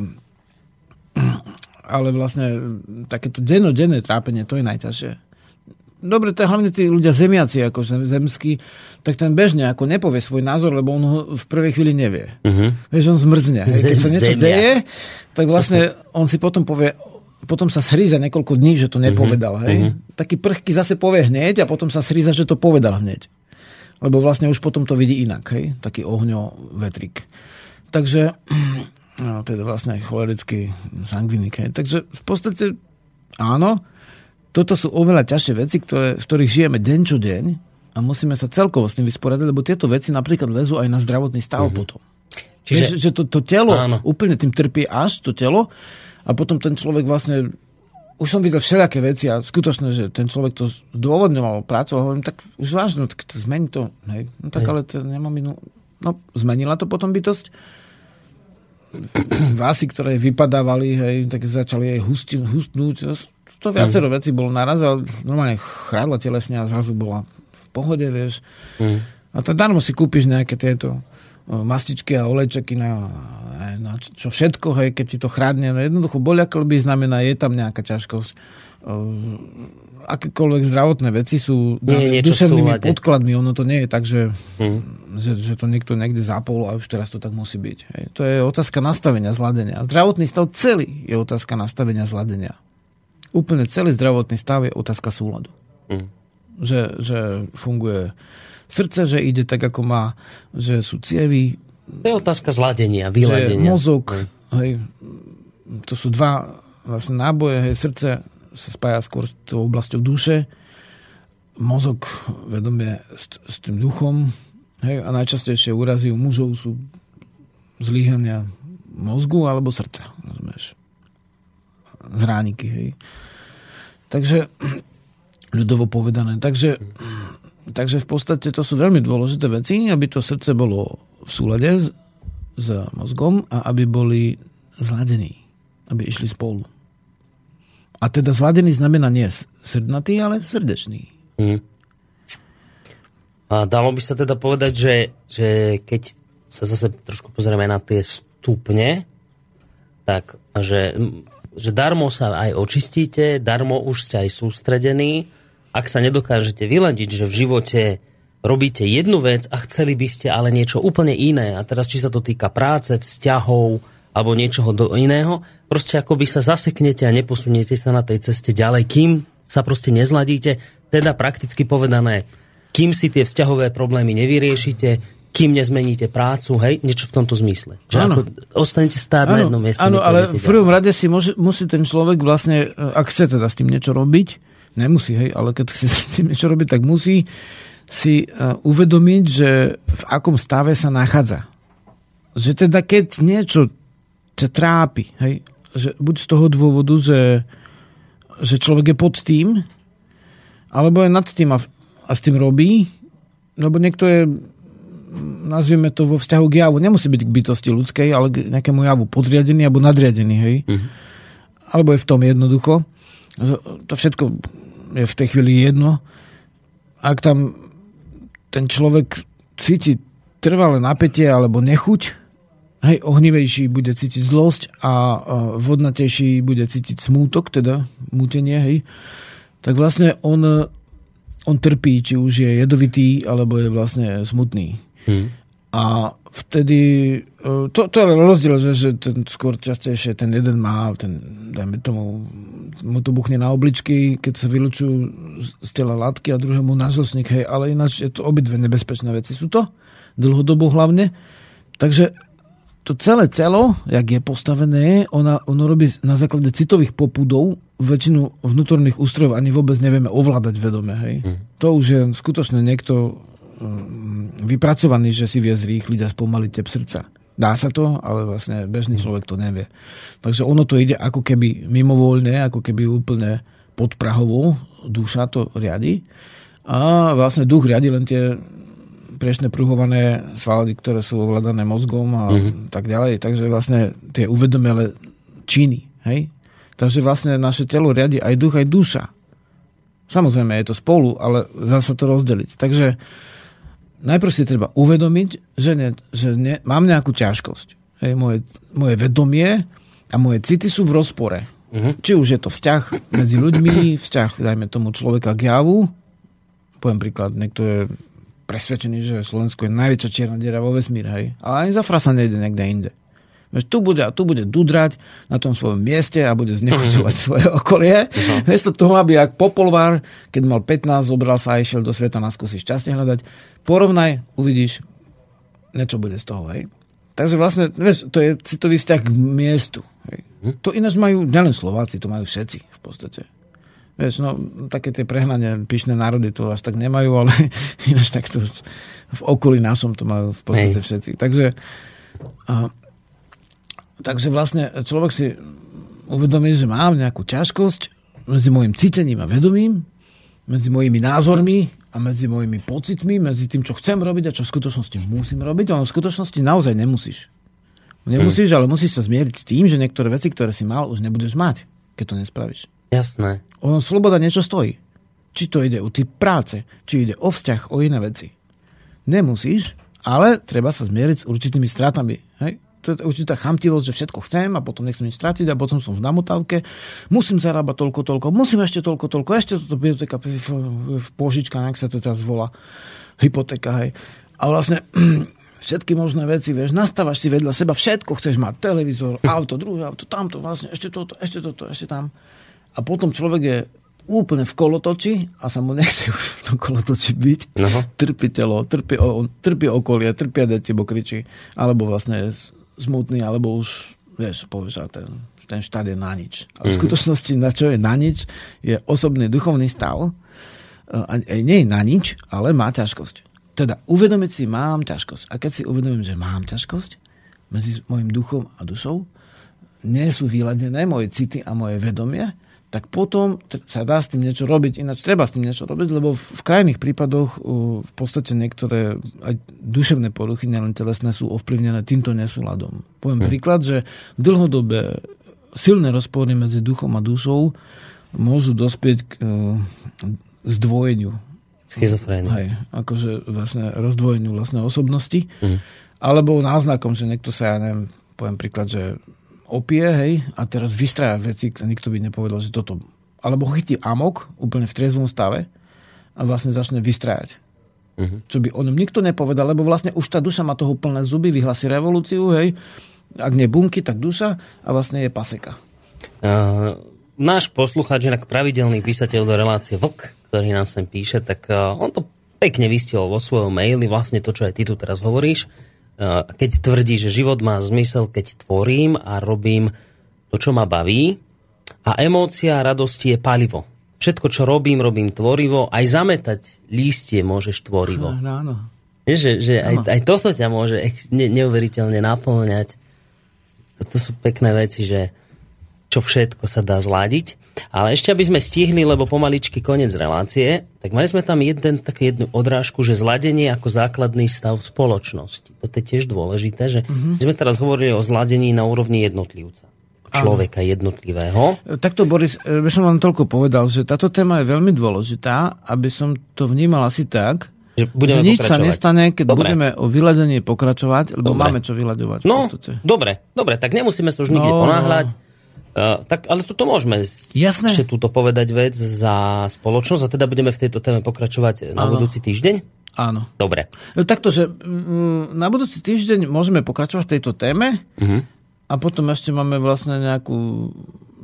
Ale vlastne takéto dennodenné trápenie, to je najťažšie. Dobre, to je hlavne tí ľudia zemiaci, ako zemskí, tak ten bežne ako nepovie svoj názor, lebo on ho v prvej chvíli nevie. Vieš, on zmrzne. Hej. Keď sa niečo deje, tak vlastne on si potom povie, potom sa sríza niekoľko dní, že to nepovedal. Hej. Taký prchky zase povie hneď a potom sa sríza, že to povedal hneď. Lebo vlastne už potom to vidí inak. Hej. Taký ohňovetrik. Takže no, to je vlastne cholerický sangvinik. Hej. Takže v podstate áno, toto sú oveľa ťažšie veci, z ktorých žijeme deň čo deň a musíme sa celkovo s tým vysporiadať, lebo tieto veci napríklad lezú aj na zdravotný stav potom. Čiže že to telo úplne tým trpí až to telo a potom ten človek vlastne, už som videl všelijaké veci a skutočne, že ten človek to zdôvodňoval prácu a hovorím, tak už vážne, tak to zmení to. Hej. No tak ale to nemám inú. No, zmenila to potom bytosť. Vásy, ktoré vypadávali, hej, tak začali jej hustnúť. To viacero vecí bolo naraz, ale normálne chrádla telesne a zrazu bola v pohode, vieš. A tak darmo si kúpiš nejaké tieto mastičky a olejčeky na čo všetko, hej, keď ti to chrádne. No jednoducho bolia klby znamená, je tam nejaká ťažkosť. Akékoľvek zdravotné veci sú duševnými podkladmi. Ono to nie je tak, že to niekto niekde zapol a už teraz to tak musí byť. Hej. To je otázka nastavenia, zladenia. Zdravotný stav celý je otázka nastavenia, zladenia. Úplne celý zdravotný stav je otázka súladu. Že funguje srdce, že ide tak, ako má, že sú cievy. To je otázka zladenia, vyladenia. Mozog, hej, to sú dva vlastne náboje, hej, srdce sa spája skôr s tou oblasťou duše, mozog, vedomie s tým duchom, hej, a najčastejšie úrazy u mužov sú zlyhania mozgu alebo srdca, rozumieš? Zrániky, hej. Takže ľudovo povedané. Takže v podstate to sú veľmi dôležité veci, aby to srdce bolo v súlade s mozgom a aby boli zladení. Aby išli spolu. A teda zladený znamená nie srdnatý, ale srdečný. A dalo by sa teda povedať, že keď sa zase trošku pozrieme na tie stupne, tak, že darmo sa aj očistíte, darmo už ste aj sústredení. Ak sa nedokážete vyladiť, že v živote robíte jednu vec a chceli by ste ale niečo úplne iné, a teraz či sa to týka práce, vzťahov alebo niečoho iného, proste ako by sa zaseknete a neposuniete sa na tej ceste ďalej, kým sa proste nezladíte, teda prakticky povedané, kým si tie vzťahové problémy nevyriešite, kým nezmeníte prácu, hej, niečo v tomto zmysle. Že ako ostanete stáť na jednom mieste. Áno, ale v prvom rade si musí ten človek vlastne, ak chce teda s tým niečo robiť, nemusí, hej, ale keď chce s tým niečo robiť, tak musí si uvedomiť, že v akom stave sa nachádza. Že teda keď niečo ťa trápi, hej, že buď z toho dôvodu, že človek je pod tým, alebo je nad tým a s tým robí, lebo niekto je, nazvieme to vo vzťahu k javu, nemusí byť k bytosti ľudskej, ale k nejakému javu podriadený alebo nadriadený, hej. Alebo je v tom jednoducho. To všetko je v tej chvíli jedno. Ak tam ten človek cíti trvalé napätie alebo nechuť, hej, ohnivejší bude cítiť zlosť a vodnatejší bude cítiť smútok, teda mútenie, hej, tak vlastne on trpí, či už je jedovitý, alebo je vlastne smutný. A vtedy to je rozdiel, že ten skôr častejšie ten jeden má dajme tomu mu to buchne na obličky, keď sa vylučujú z tela látky a druhému na žlčník, hej, ale ináč je to obidve nebezpečné veci. Sú to dlhodobo hlavne. Takže to celé telo, jak je postavené, ono robí na základe citových popudov väčšinu vnútorných ústrojov ani vôbec nevieme ovládať vedome. Hej. To už je skutočne niekto vypracovaný, že si vie zrýchliť a spomaliť tep srdca. Dá sa to, ale vlastne bežný človek to nevie. Takže ono to ide ako keby mimovoľne, ako keby úplne podprahovo, duša to riadi. A vlastne duch riadi len tie priečne pruhované svaly, ktoré sú ovládané mozgom a tak ďalej. Takže vlastne tie uvedomelé činy. Hej? Takže vlastne naše telo riadi aj duch, aj duša. Samozrejme je to spolu, ale zase to rozdeliť. Takže najprv si treba uvedomiť, že mám nejakú ťažkosť. Hej, moje vedomie a moje city sú v rozpore. Či už je to vzťah medzi ľuďmi, vzťah, dajme tomu, človeka k javu. Poviem príklad, niekto je presvedčený, že Slovensko je najväčšia čierna diera vo vesmíre, hej. Ale ani za frasa nejde niekde inde. Tu bude dudrať na tom svojom mieste a bude znechucovať svoje okolie. Miesto toho, aby jak Popolvár, keď mal 15, zobral sa a išiel do sveta na skúsi šťastie hľadať. Porovnaj, uvidíš, niečo bude z toho. Hej. Takže vlastne, vieš, to je citový vzťah k miestu. Hej. To ináč majú nielen Slováci, to majú všetci v podstate. Vieš, no, také tie prehnanie pyšné národy to až tak nemajú, ale ináč takto v okolí našom to majú v podstate všetci. Takže vlastne človek si uvedomí, že mám nejakú ťažkosť medzi môjim cítením a vedomím, medzi mojimi názormi a medzi mojimi pocitmi, medzi tým, čo chcem robiť a čo v skutočnosti musím robiť. Ale v skutočnosti naozaj nemusíš. Nemusíš, ale musíš sa zmieriť s tým, že niektoré veci, ktoré si mal, už nebudeš mať, keď to nespravíš. Jasné. Sloboda niečo stojí. Či to ide o typ práce, či ide o vzťah, o iné veci. Nemusíš, ale treba sa zmieriť s určitými stratami. Hej? To je určitá chamtivosť, že všetko chcem a potom nechcem nič stratiť a potom som v namotávke. Musím zarábať toľko, musím ešte toľko, ešte toto biblioteka v požička, jak sa to teraz volá, hypotéka, hej. A vlastne všetky možné veci, vieš, nastávaš si vedľa seba, všetko chceš mať, televízor, auto, druhé auto, tamto, vlastne ešte toto, ešte tam. A potom človek je úplne v kolotoči a sa mu nechce už v tom kolotoči byť. Trpí telo, trpí okolie, trpia deti, bo kričí, alebo vlastne smutný, alebo už, vieš, povieš, ten štát je na nič. A v skutočnosti, na čo je na nič, je osobný duchovný stav. Nie je na nič, ale má ťažkosť. Teda uvedomiť si, mám ťažkosť. A keď si uvedomím, že mám ťažkosť medzi mojim duchom a dušou, nie sú vyladené moje city a moje vedomie, tak potom sa dá s tým niečo robiť. Ináč treba s tým niečo robiť, lebo v krajných prípadoch v podstate niektoré aj duševné poruchy, nielen telesné, sú ovplyvnené týmto nesúladom. Poviem príklad, že dlhodobé silné rozpory medzi duchom a dušou môžu dospieť k zdvojeniu. Schizofrénia. Hej, akože vlastne rozdvojeniu vlastnej osobnosti. Alebo náznakom, že niekto sa, ja neviem, poviem príklad, že opije, hej, a teraz vystraja veci, nikto by nepovedal, že toto. Alebo chytí amok, úplne v triezvom stave a vlastne začne vystrajať. Čo by o ňom nikto nepovedal, lebo vlastne už tá duša má toho plné zuby, vyhlási revolúciu, hej, ak nie bunky, tak duša a vlastne je paseka. Náš poslucháč, inak pravidelný písateľ do relácie Vlk, ktorý nám sem píše, tak on to pekne vystihol vo svojom maili, vlastne to, čo aj ty tu teraz hovoríš. Keď tvrdí, že život má zmysel, keď tvorím a robím to, čo ma baví, a emócia radosti je palivo. Všetko, čo robím tvorivo, aj zametať lístie môžeš tvorivo. Áno. Že aj toto ťa môže neuveriteľne naplňať. Toto sú pekné veci, že čo všetko sa dá zladiť. Ale ešte, aby sme stihli, lebo pomaličky koniec relácie, tak mali sme tam jednu odrážku, že zladenie ako základný stav spoločnosti. To je tiež dôležité, že sme teraz hovorili o zladení na úrovni jednotlivca. Človeka jednotlivého. Takto, Boris, by som vám toľko povedal, že táto téma je veľmi dôležitá, aby som to vnímal asi tak, že nič sa nestane, keď budeme o vyladení pokračovať, lebo máme čo vyľaďovať. No, dobre, tak nemusíme sa už nikde ponáhľať. Tak, ale tu môžeme ešte túto povedať vec za spoločnosť a teda budeme v tejto téme pokračovať na budúci týždeň? Áno. Dobre. Takto, že na budúci týždeň môžeme pokračovať v tejto téme a potom ešte máme vlastne nejakú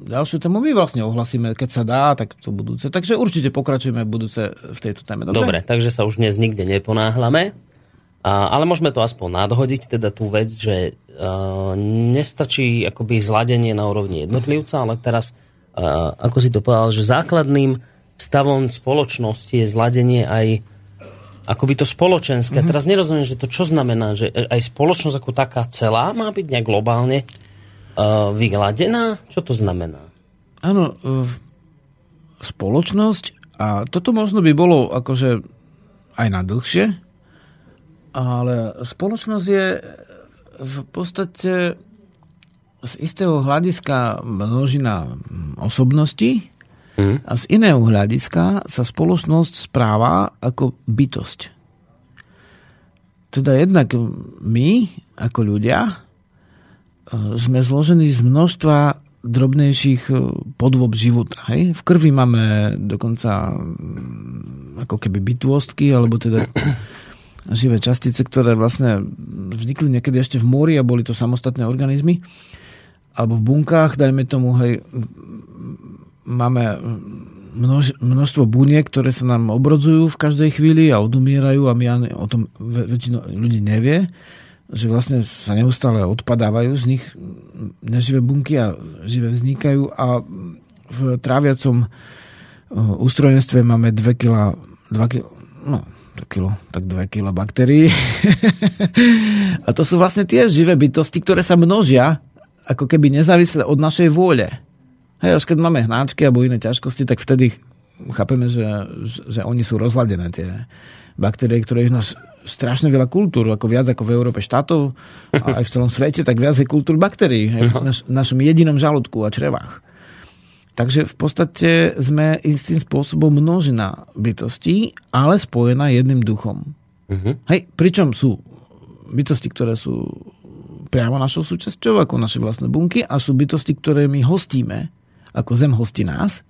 ďalšiu tému my vlastne ohlasíme, keď sa dá, tak to budúce. Takže určite pokračujeme budúce v tejto téme. Dobre, takže sa už dnes nikde neponáhľame, ale môžeme to aspoň nadhodiť, teda tú vec, že nestačí akoby zladenie na úrovni jednotlivca, ale teraz, ako si to povedal, že základným stavom spoločnosti je zladenie aj akoby to spoločenské. Mm-hmm. Teraz nerozumiem, že to čo znamená, že aj spoločnosť ako taká celá má byť nejak globálne vyladená? Čo to znamená? Áno, spoločnosť, a toto možno by bolo akože aj na dlhšie, ale spoločnosť je v podstate z istého hľadiska množina osobností, a z iného hľadiska sa spoločnosť správa ako bytosť. Teda jednak my, ako ľudia, sme zložení z množstva drobnejších podôb života. Hej? V krvi máme dokonca ako keby bytôstky, alebo teda živé častice, ktoré vlastne vznikli niekedy ešte v mori a boli to samostatné organizmy. Alebo v bunkách, dajme tomu, hej, máme množstvo buniek, ktoré sa nám obrodzujú v každej chvíli a odumierajú a my o tom väčšina ľudí nevie, že vlastne sa neustále odpadávajú z nich neživé bunky a živé vznikajú a v tráviacom ústrojenstve máme 2 kg baktérií. A to sú vlastne tie živé bytosti, ktoré sa množia ako keby nezávisle od našej vôle. Hej, až keď máme hnáčky alebo iné ťažkosti, tak vtedy chápeme, že oni sú rozladené, tie baktérie, ktoré je nás strašne veľa kultúr, ako viac ako v Európe štátov a aj v celom svete, tak viac je kultúr baktérií v našom jedinom žalúdku a črevách. Takže v podstate sme istým spôsobom množina bytostí, ale spojená jedným duchom. Hej, pričom sú bytosti, ktoré sú priamo našou súčasťou, ako naše vlastné bunky, a sú bytosti, ktoré my hostíme, ako Zem hostí nás.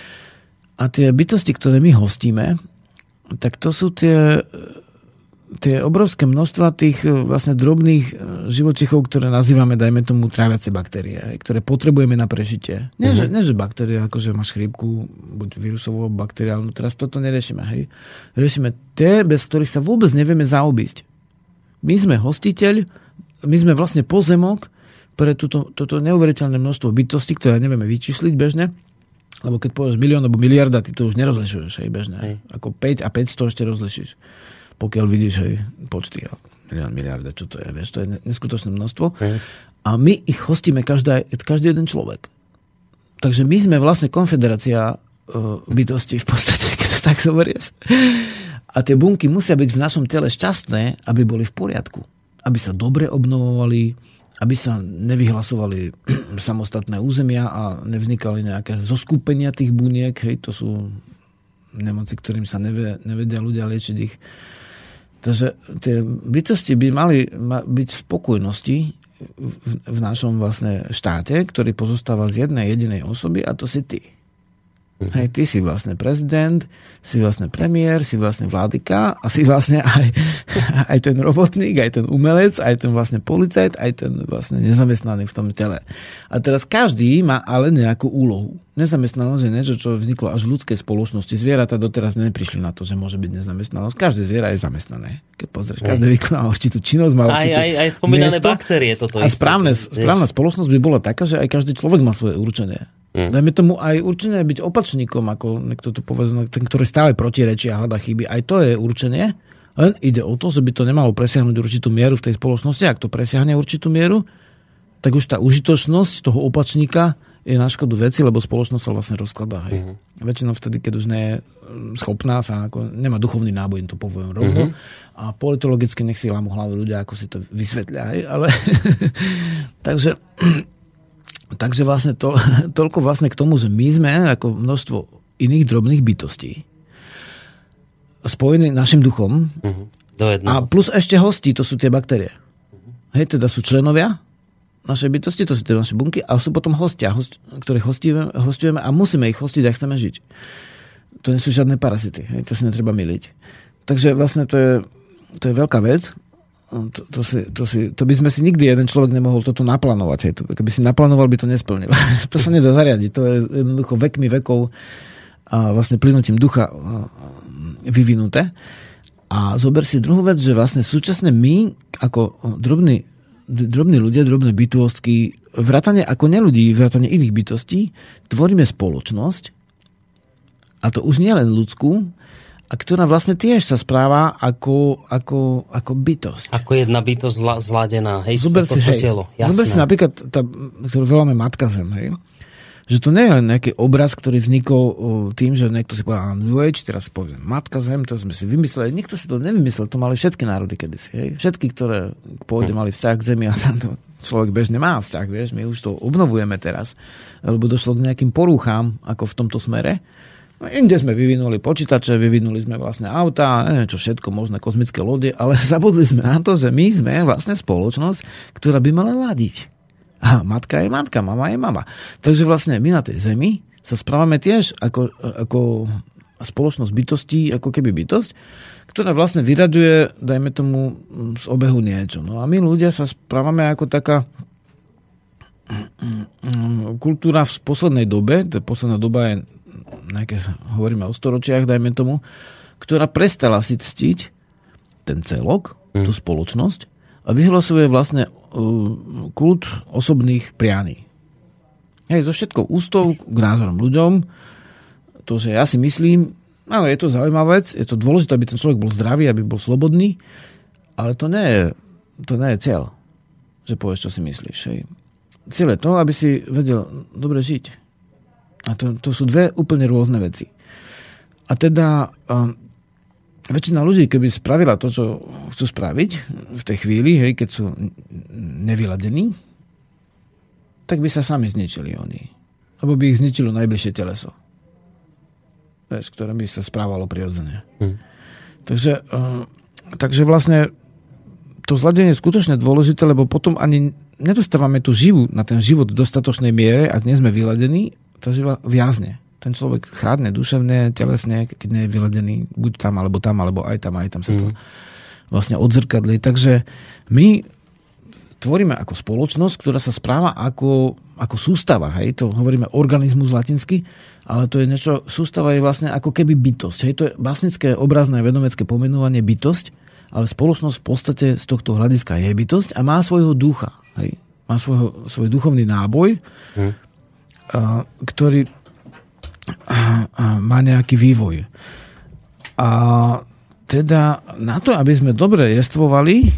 A tie bytosti, ktoré my hostíme, tak to sú tie obrovské množstva tých vlastne drobných živočíchov, ktoré nazývame, dajme tomu, tráviace baktérie, ktoré potrebujeme na prežitie. Nie, že baktérie, akože máš chrípku, buď vírusovú, bakteriálnu, teraz toto neriešime. Hej. Riešime tie, bez ktorých sa vôbec nevieme zaobísť. My sme hostiteľ, my sme vlastne pozemok pre toto neuveriteľné množstvo bytostí, ktoré nevieme vyčísliť bežne, lebo keď povieš milión alebo miliarda, ty to už nerozlišuješ, hej, bežne. Hej. Ako 5 a 500 ešte rozlišíš. Pokiaľ vidíš, hej, počty, milión, miliarda, čo to je, vieš, to je neskutočné množstvo. A my ich hostíme každý jeden človek. Takže my sme vlastne konfederácia bytosti v podstate, keď to tak zoberieš. A tie bunky musia byť v našom tele šťastné, aby boli v poriadku. Aby sa dobre obnovovali, aby sa nevyhlasovali samostatné územia a nevznikali nejaké zoskupenia tých buniek. Hej, to sú nemoci, ktorým sa nevedia ľudia liečiť ich. Takže tie bytosti by mali byť v spokojnosti v našom vlastne štáte, ktorý pozostáva z jednej jedinej osoby, a to si ty. Hej, ty si vlastne prezident, si vlastne premiér, si vlastne vládyka a si vlastne aj ten robotník, aj ten umelec, aj ten vlastne policajt, aj ten vlastne nezamestnaný v tom tele. A teraz každý má ale nejakú úlohu. Nezamestnanosť je niečo, čo vzniklo až v ľudskej spoločnosti. Zvieratá doteraz neprišli na to, že môže byť nezamestnanosť. Každé zviera je zamestnané. Keď pozrieš, každé vykoná určitú činnosť, má určitú aj spomínané miesto, baktérie toto a správna spoločnosť by bola taká, že aj každý človek má svoje určenie. Dajme tomu aj určenie byť opačníkom, ako niekto tu povedal, ten, ktorý stále protirečí a hľadá chyby. Aj to je určenie, len ide o to, že by to nemalo presiahnuť určitú mieru v tej spoločnosti. Ak to presiahne určitú mieru, tak už tá užitočnosť toho opačníka je na škodu veci, lebo spoločnosť sa vlastne rozkladá. Hej. Väčšinou vtedy, keď už nie je schopná sa, ako, nemá duchovný náboj, to poviem rovno. A politologicky nech si lámu hlavu ľudia, ako si to vysvetlia. Hej. Ale Takže vlastne toľko vlastne k tomu, že my sme ako množstvo iných drobných bytostí spojení našim duchom a plus ešte hostí, to sú tie baktérie. Hej, teda sú členovia našej bytosti, to sú tie naše bunky a sú potom hostia, ktorých hostujeme a musíme ich hostiť, ak chceme žiť. To nie sú žiadne parazity, hej, to si netreba myliť. Takže vlastne to je veľká vec to by sme si nikdy jeden človek nemohol toto naplánovať. Hej. Keby si naplánoval, by to nesplnil. To sa nedá zariadiť. To je jednoducho vekmi vekov a vlastne plynutím ducha vyvinuté. A zober si druhú vec, že vlastne súčasne my, ako drobní ľudia, drobné bytostky, vrátane ako neľudí, vrátane iných bytostí, tvoríme spoločnosť, a to už nie len ľudskú, a ktorá vlastne tiež sa správa ako bytosť. Ako jedna bytosť zladená, hej, zober si to telo. Jasné. Zober si napríklad, ktorú voláme Matka Zem, hej, že to nie je len nejaký obraz, ktorý vznikol tým, že niekto si povedal New Age, teraz poviem Matka Zem, to sme si vymysleli. Nikto si to nevymyslel, to mali všetky národy kedysi. Hej. Všetky, ktoré pôjde, mali vzťah k Zemi a to človek bežne má vzťah, vieš, my už to obnovujeme teraz, lebo došlo k nejakým porúchám, ako v tomto smere. No, inde sme vyvinuli počítače, vyvinuli sme vlastne autá, neviem čo všetko, možné kozmické lode, ale zabudli sme na to, že my sme vlastne spoločnosť, ktorá by mala ladiť. A matka je matka, mama je mama. Takže vlastne my na tej Zemi sa správame tiež ako spoločnosť bytostí, ako keby bytosť, ktorá vlastne vyraďuje, dajme tomu, z obehu niečo. No a my ľudia sa správame ako taká kultúra v poslednej dobe, posledná doba je nejaké, hovoríme o storočiach, dajme tomu, ktorá prestala si ctiť ten celok, tú spoločnosť a vyhlasuje vlastne kult osobných prianí. Hej, zo všetkou ústou k názorom ľuďom, to, že ja si myslím, áno, je to zaujímavá vec, je to dôležité, aby ten človek bol zdravý, aby bol slobodný, ale to nie je cieľ, že povieš, čo si myslíš. Hej. Cieľ je to, aby si vedel dobre žiť. A to sú dve úplne rôzne veci. A teda väčšina ľudí, keby spravila to, čo chcú spraviť v tej chvíli, hej, keď sú nevyladení, tak by sa sami zničili oni. Lebo by ich zničilo najbližšie teleso. Vieš, ktoré by sa správalo prirodzene. Takže vlastne to zladenie je skutočne dôležité, lebo potom ani nedostávame tú živu na ten život v dostatočnej miere, ak nie sme vyladení, tá živa viazne. Ten človek chrádne duševne, telesne, keď nie je vyladený, buď tam, alebo aj tam sa to vlastne odzrkadlí. Takže my tvoríme ako spoločnosť, ktorá sa správa ako sústava. Hej? To hovoríme organizmus latinsky, ale to je niečo, sústava je vlastne ako keby bytosť. Hej? To je básnické, obrazné, vedomecké pomenovanie bytosť, ale spoločnosť v podstate z tohto hľadiska je bytosť a má svojho ducha. Hej? Má svoj duchovný náboj, ktorý má nejaký vývoj. A teda na to, aby sme dobre jestvovali,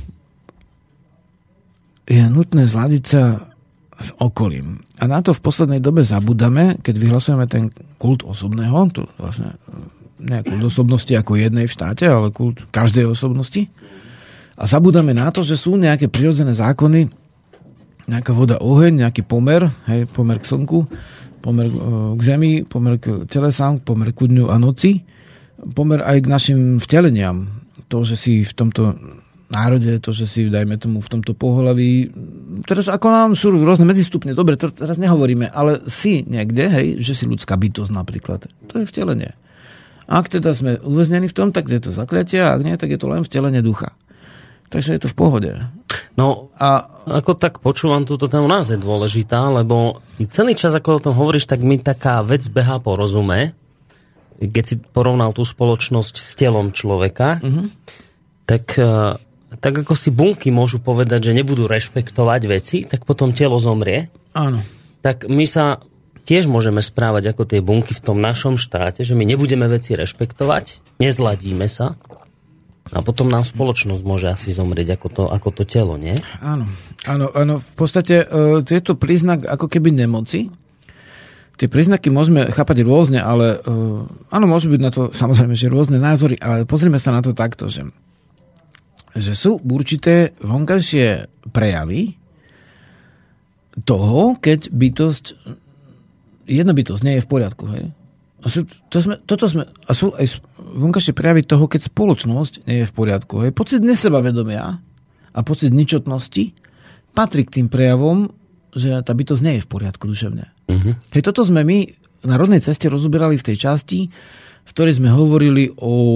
je nutné zladiť sa s okolím. A na to v poslednej dobe zabudame, keď vyhlasujeme ten kult osobného, to vlastne nie kult osobnosti ako jednej v štáte, ale kult každej osobnosti. A zabudame na to, že sú nejaké prirodzené zákony, nejaká voda, oheň, nejaký pomer, hej, pomer k slnku, pomer k zemi, pomer k telesám, pomer k dňu a noci, pomer aj k našim vteleniam. To, že si v tomto národe, to, že si, dajme tomu, v tomto pohlaví, teraz ako nám sú rôzne medzistupne, dobre, to teraz nehovoríme, ale si niekde, hej, že si ľudská bytosť napríklad. To je vtelenie. Ak teda sme uväznení v tom, tak je to zakliatie, a ak nie, tak je to len vtelenie ducha. Takže je to v pohode. No a ako tak počúvam túto tému, nás je dôležitá, lebo celý čas, ako o tom hovoríš, tak mi taká vec behá po rozume, keď si porovnal tú spoločnosť s telom človeka, tak ako si bunky môžu povedať, že nebudú rešpektovať veci, tak potom telo zomrie. Áno. Tak my sa tiež môžeme správať ako tie bunky v tom našom štáte, že my nebudeme veci rešpektovať, nezladíme sa, a potom nám spoločnosť môže asi zomrieť ako to telo, nie? Áno. V podstate tieto príznak ako keby nemoci. Tie príznaky môžeme chápať rôzne, ale áno, môžu byť na to samozrejme, že rôzne názory, ale pozrime sa na to takto, že sú určité vonkajšie prejavy toho, keď jedna bytosť nie je v poriadku, hej? A sú aj vonkajšie prejavy toho, keď spoločnosť nie je v poriadku. Hej. Pocit nesebavedomia a pocit ničotnosti patrí k tým prejavom, že tá bytosť nie je v poriadku duševne. Hej, toto sme my na rodnej ceste rozoberali v tej časti, v ktorej sme hovorili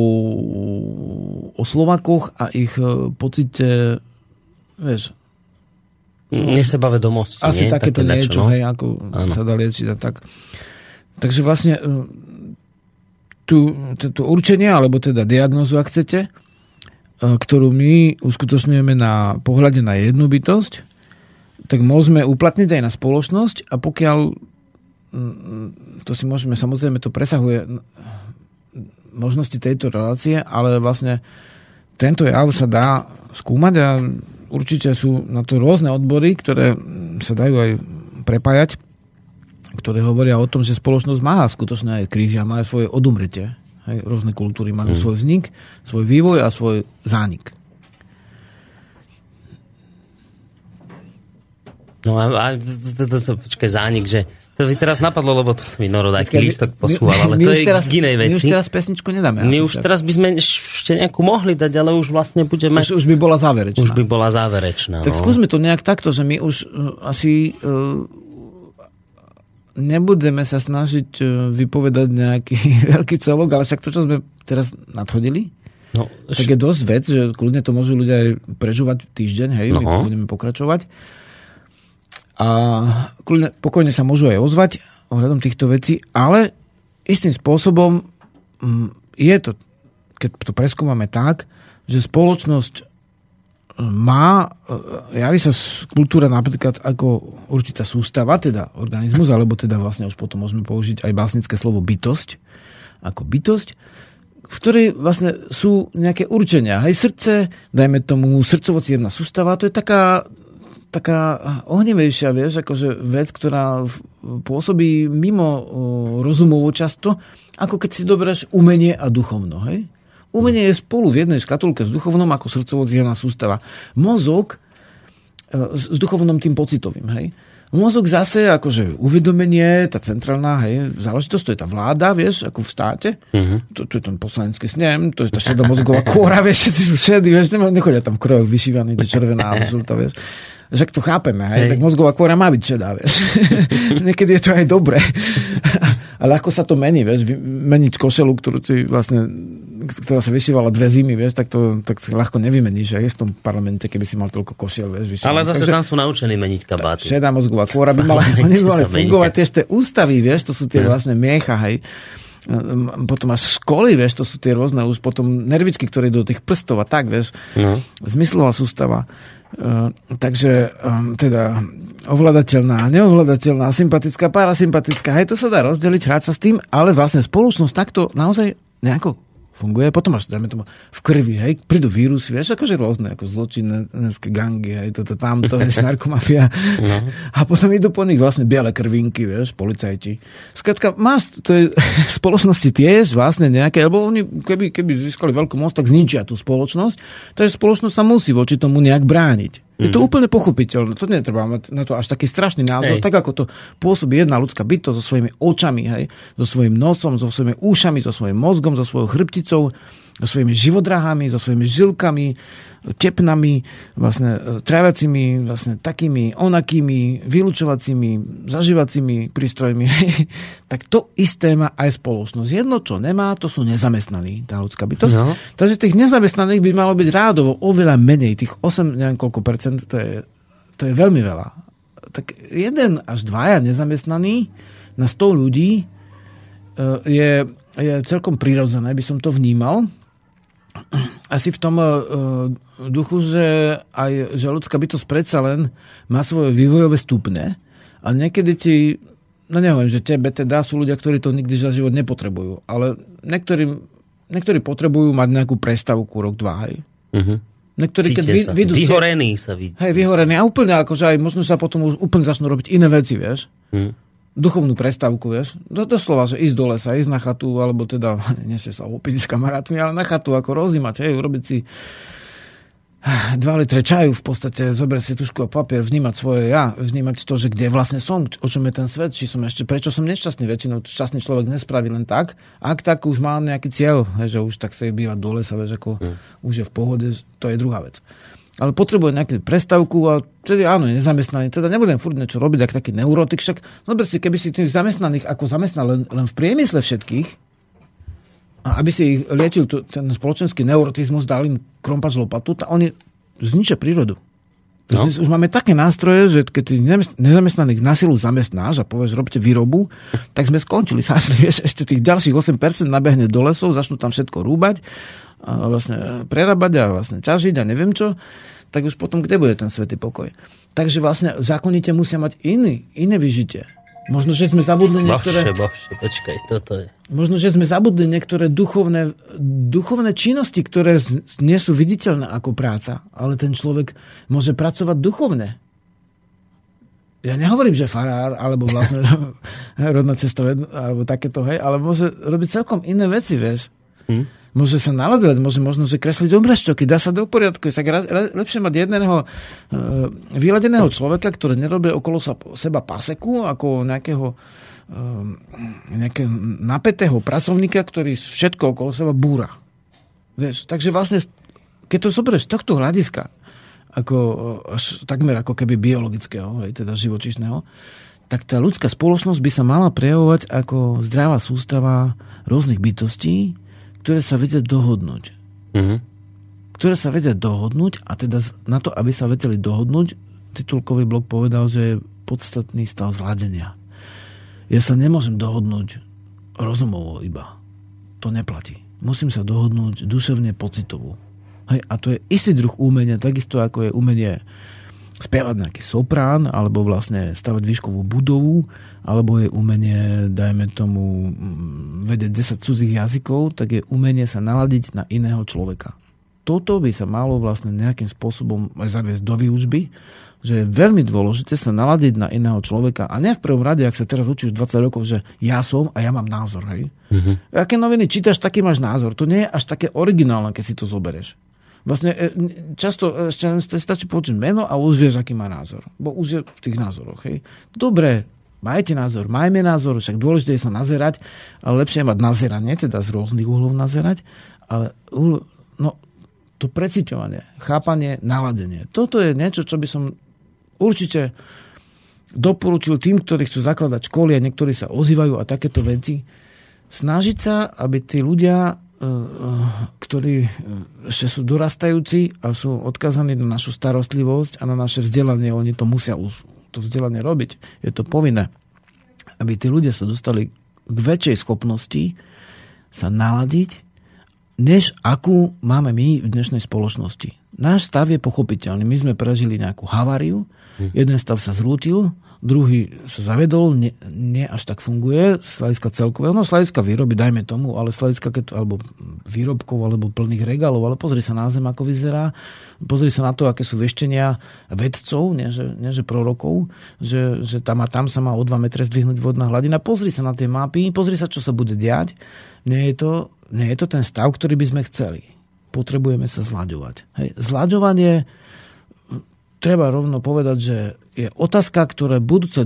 o Slovákoch a ich pocite, vieš, nesebavedomosti. Asi takéto niečo, hej, ako sa dá liečiť a tak. Takže vlastne tú určenie, alebo teda diagnózu, ak chcete, ktorú my uskutočňujeme na pohľade na jednu bytosť, tak môžeme uplatniť aj na spoločnosť a pokiaľ to si môžeme, samozrejme to presahuje možnosti tejto relácie, ale vlastne tento jav sa dá skúmať a určite sú na to rôzne odbory, ktoré sa dajú aj prepájať, ktoré hovoria o tom, že spoločnosť má skutočne aj krízy a má aj svoje odumretie. Hej, rôzne kultúry majú svoj vznik, svoj vývoj a svoj zánik. No a počkaj, zánik, že to by teraz napadlo, lebo to mi Noro taký lístok posúval, ale to je k inej veci. My už teraz pesničku nedáme. My už teraz by sme ešte nejakú mohli dať, ale už vlastne budeme... Už by bola záverečná. Už by bola záverečná. Tak skúsme to nejak takto, že my už asi nebudeme sa snažiť vypovedať nejaký veľký celok, ale však to, čo sme teraz nadhodili, tak je dosť vec, že kľudne to môžu ľudia aj prežúvať týždeň, hej, my budeme pokračovať. A kľudne, pokojne sa môžu aj ozvať ohľadom týchto vecí, ale istým spôsobom je to, keď to preskúmame tak, že spoločnosť javí sa kultúra napríklad ako určitá sústava, teda organizmus, alebo teda vlastne už potom môžeme použiť aj básnické slovo bytosť, ako bytosť, v ktorej vlastne sú nejaké určenia. Hej, srdce, dajme tomu srdcovo-cievna sústava, to je taká ohnivejšia, vieš, akože vec, ktorá pôsobí mimo rozumovo často, ako keď si doberieš umenie a duchovno, hej? Umenie je spolu v jednej škatulke s duchovnom ako srdcovo-cievna sústava. Mozog s duchovnom tým pocitovým, hej? Mozog zase, akože uvedomenie, tá centrálna, hej, záležitosť, to je tá vláda, vieš, ako v štáte, to je ten poslanecký snem, to je tá šedá mozgová kôra, vieš, všetci sú šedí, vieš, nechodia tam v krojoch vyšívaní, to červená a žltá, vieš. Však to chápeme, hej? Tak mozgová kôra má byť šedá, vieš. Niekedy je to aj dobre. Ale ako sa to mení, vieš, meniť košelu, ktorá sa vyšívala 2 zimy, vieš, tak to tak ľahko nevymeníš, aj v tom parlamente, keby si mal toľko košiel, vieš, vyšívaný. Ale zase tam sú naučení meniť kabáty. Šedá mozgová kôra by mala fungovať tie ústavy, vieš, to sú tie vlastne miecha, hej. Potom až školy, vieš, to sú tie rôzne už potom nervičky, ktoré idú do tých prstov a tak, vieš. Zmyslová sústava. Takže teda ovládateľná, neovládateľná, sympatická, parasympatická, hej, to sa dá rozdeliť, hrať sa s tým, ale vlastne spoločnosť takto naozaj nejako funguje. Potom až, dajme tomu, v krvi, hej, prídu vírusy, vieš, akože rôzne, ako zločinecké gangy, hej, toto, tamto, vieš, narkomafia. A potom idú po nich vlastne biele krvinky, vieš, policajti. Skrátka, to je v spoločnosti tiež vlastne nejaké, lebo oni, keby získali veľkú moc, tak zničia tú spoločnosť, takže spoločnosť sa musí voči tomu nejak brániť. Je to úplne pochopiteľné. To netreba mať na to až taký strašný názor. Tak ako to pôsobí jedna ľudská bytosť so svojimi očami, hej, so svojím nosom, so svojimi ušami, so svojím mozgom, so svojou chrbticou, so svojimi živodrahami, so svojimi žilkami, tepnami, vlastne tráviacimi, vlastne takými, onakými, vylučovacími, zažívacími prístrojmi. Tak to isté má aj spoločnosť. Jedno, čo nemá, to sú nezamestnaní, tá ľudská bytosť. No. Takže tých nezamestnaných by malo byť rádovo oveľa menej. Tých 8, neviem koľko percent, to je veľmi veľa. Tak 1 až 2 nezamestnaní na 100 ľudí je celkom prirodzené, by som to vnímal. Asi v tom duchu, že ľudská bytosť predsa len má svoje vývojové stupne a niekedy no neviem, že tebe teda sú ľudia, ktorí to nikdy za život nepotrebujú, ale niektorí potrebujú mať nejakú prestávku rok, 2, hej. Niektorí, keď vyhorený sa vidí. Hej, vyhorený a úplne akože aj možno sa potom úplne začnú robiť iné veci, vieš. Duchovnú prestávku, vieš. Doslova, že ísť do lesa, ísť na chatu, alebo teda, neste sa opiť s kamarátmi, ale na chatu ako rozímať, hej, urobiť si 2 litre čaju, v podstate zobrať si tužku a papier, vnímať svoje ja, vnímať to, že kde vlastne som, o čom je ten svet, či som prečo som nešťastný, väčšinou šťastný človek nespraví len tak, ak tak už má nejaký cieľ, hej, že už tak sa je bývať do lesa, vieš, ako už je v pohode, to je druhá vec. Ale potrebuje nejakú prestávku a tedy áno, je nezamestnaný. Teda nebudem furt niečo robiť, ak taký neurotik. Však, no si, keby si tých zamestnaných ako zamestnal len v priemysle všetkých, aby si ich liečil ten spoločenský neurotizmus, dal im krompač lopatu, oni zničia prírodu. No. Už máme také nástroje, že keď ty nezamestnaných na silu zamestnáš a povieš, robte výrobu, tak sme skončili. Ešte tých ďalších 8% nabehne do lesov, začnú tam všetko rúbať, a vlastne prerábať a vlastne ťažiť a neviem čo, tak už potom kde bude ten svätý pokoj? Takže vlastne zákonite musia mať iné vyžitie. Možno, že sme zabudli niektoré... Počkaj, toto je... Možno, že sme zabudli niektoré duchovné činnosti, ktoré nie sú viditeľné ako práca, ale ten človek môže pracovať duchovne. Ja nehovorím, že farár, alebo vlastne rodná cesta, alebo takéto, hej, ale môže robiť celkom iné veci, vieš. Môže sa naladovať, možno, že kresliť obrázky, dá sa do poriadku. Tak lepšie mať jedného vyladeného človeka, ktorý nerobí okolo seba paseku, ako nejakého napätého pracovníka, ktorý všetko okolo seba búra. Vieš, takže vlastne, keď to zoberieš z tohto hľadiska, takmer ako keby biologického, teda živočíšneho, tak tá ľudská spoločnosť by sa mala prejavovať ako zdravá sústava rôznych bytostí, ktoré sa vedia dohodnúť. Ktoré sa vedia dohodnúť a teda na to, aby sa vedeli dohodnúť, titulkový blok povedal, že je podstatný stav zladenia. Ja sa nemôžem dohodnúť rozumovo iba. To neplatí. Musím sa dohodnúť duševne pocitovo. Hej, a to je istý druh umenia, takisto ako je umenie spievať nejaký soprán, alebo vlastne stavať výškovú budovu, alebo je umenie, dajme tomu, vedieť 10 cudzích jazykov, tak je umenie sa naladiť na iného človeka. Toto by sa malo vlastne nejakým spôsobom aj zaviesť do výučby, že je veľmi dôležité sa naladiť na iného človeka. A nie v prvom rade, ak sa teraz učíš 20 rokov, že ja som a ja mám názor. Hej? Aké noviny čítaš, taký máš názor. To nie je až také originálne, keď si to zoberieš. Vlastne často stačí počuť meno a už vieš, aký má názor. Bo už je v tých názoroch. Hej. Dobre, majte názor, majme názor, však dôležité je sa nazerať, ale lepšie je mať nazeranie, teda z rôznych uhlov nazerať, ale to preciťovanie, chápanie, naladenie. Toto je niečo, čo by som určite doporučil tým, ktorí chcú zakladať školy a niektorí sa ozývajú a takéto veci. Snažiť sa, aby tí ľudia, ktorí ešte sú dorastajúci a sú odkazaní na našu starostlivosť a na naše vzdelanie, oni to musia to vzdelanie robiť. Je to povinné. Aby tí ľudia sa dostali k väčšej schopnosti sa naladiť, než akú máme my v dnešnej spoločnosti. Náš stav je pochopiteľný. My sme prežili nejakú haváriu, jeden stav sa zrútil, druhý sa zavedol, nie až tak funguje z hľadiska celkového, z hľadiska výroby, dajme tomu, ale z hľadiska alebo výrobkov, alebo plných regálov, ale pozri sa na zem, ako vyzerá, pozri sa na to, aké sú veštenia vedcov, nie že prorokov, že tam a tam sa má o 2 metre zdvihnúť vodná hladina, pozri sa na tie mapy, pozri sa, čo sa bude diať. Nie je to ten stav, ktorý by sme chceli. Potrebujeme sa zlaďovať. Hej. Zlaďovanie, treba rovno povedať, že je otázka, ktoré budúce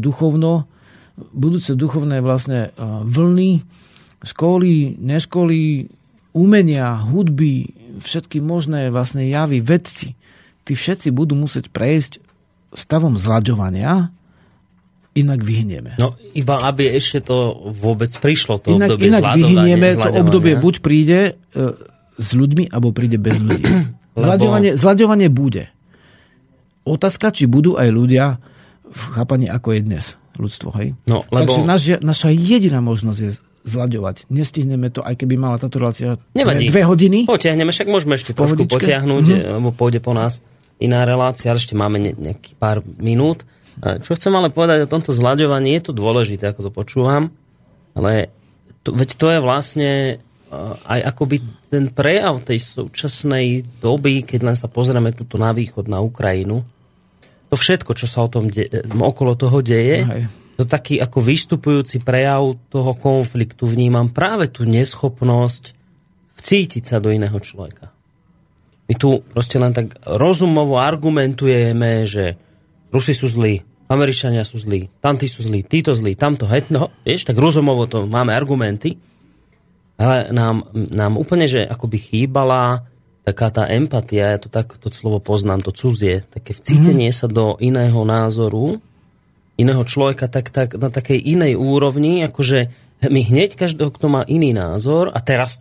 duchovné vlastne vlny, školy, neškoly, umenia, hudby, všetky možné vlastne javy, vedci, tí všetci budú musieť prejsť stavom zlaďovania, inak vyhnieme. No, iba aby ešte to vôbec prišlo, to obdobie zlaďovania. Inak vyhnieme, to obdobie buď príde s ľuďmi, alebo príde bez ľudí. Zlaďovanie bude. Otázka, či budú aj ľudia v chápaní, ako je dnes ľudstvo. Hej? No, lebo... Takže naša jediná možnosť je zlaďovať. Nestihneme to, aj keby mala táto relácia 2 hodiny. Potiahneme, však môžeme ešte trošku potiahnuť, lebo pôjde po nás iná relácia, ale ešte máme nejaký pár minút. Čo chcem ale povedať o tomto zlaďovaní, je to dôležité, ako to počúvam, ale veď to je vlastne aj akoby ten prejav tej súčasnej doby, keď len sa pozrieme tuto na východ, na Ukrajinu, to všetko, čo sa okolo toho deje, to taký ako vystupujúci prejav toho konfliktu vnímam práve tú neschopnosť vcítiť sa do iného človeka. My tu proste len tak rozumovo argumentujeme, že Rusi sú zlí, Američania sú zlí, tamtí sú zlí, títo zlí, tamto, vieš, tak rozumovo to máme argumenty, ale nám úplne, že akoby chýbala taká tá empatia, ja to slovo poznám, to cudzie, také vcítenie sa do iného názoru, iného človeka, tak na takej inej úrovni, akože my hneď každého, kto má iný názor, a teraz to v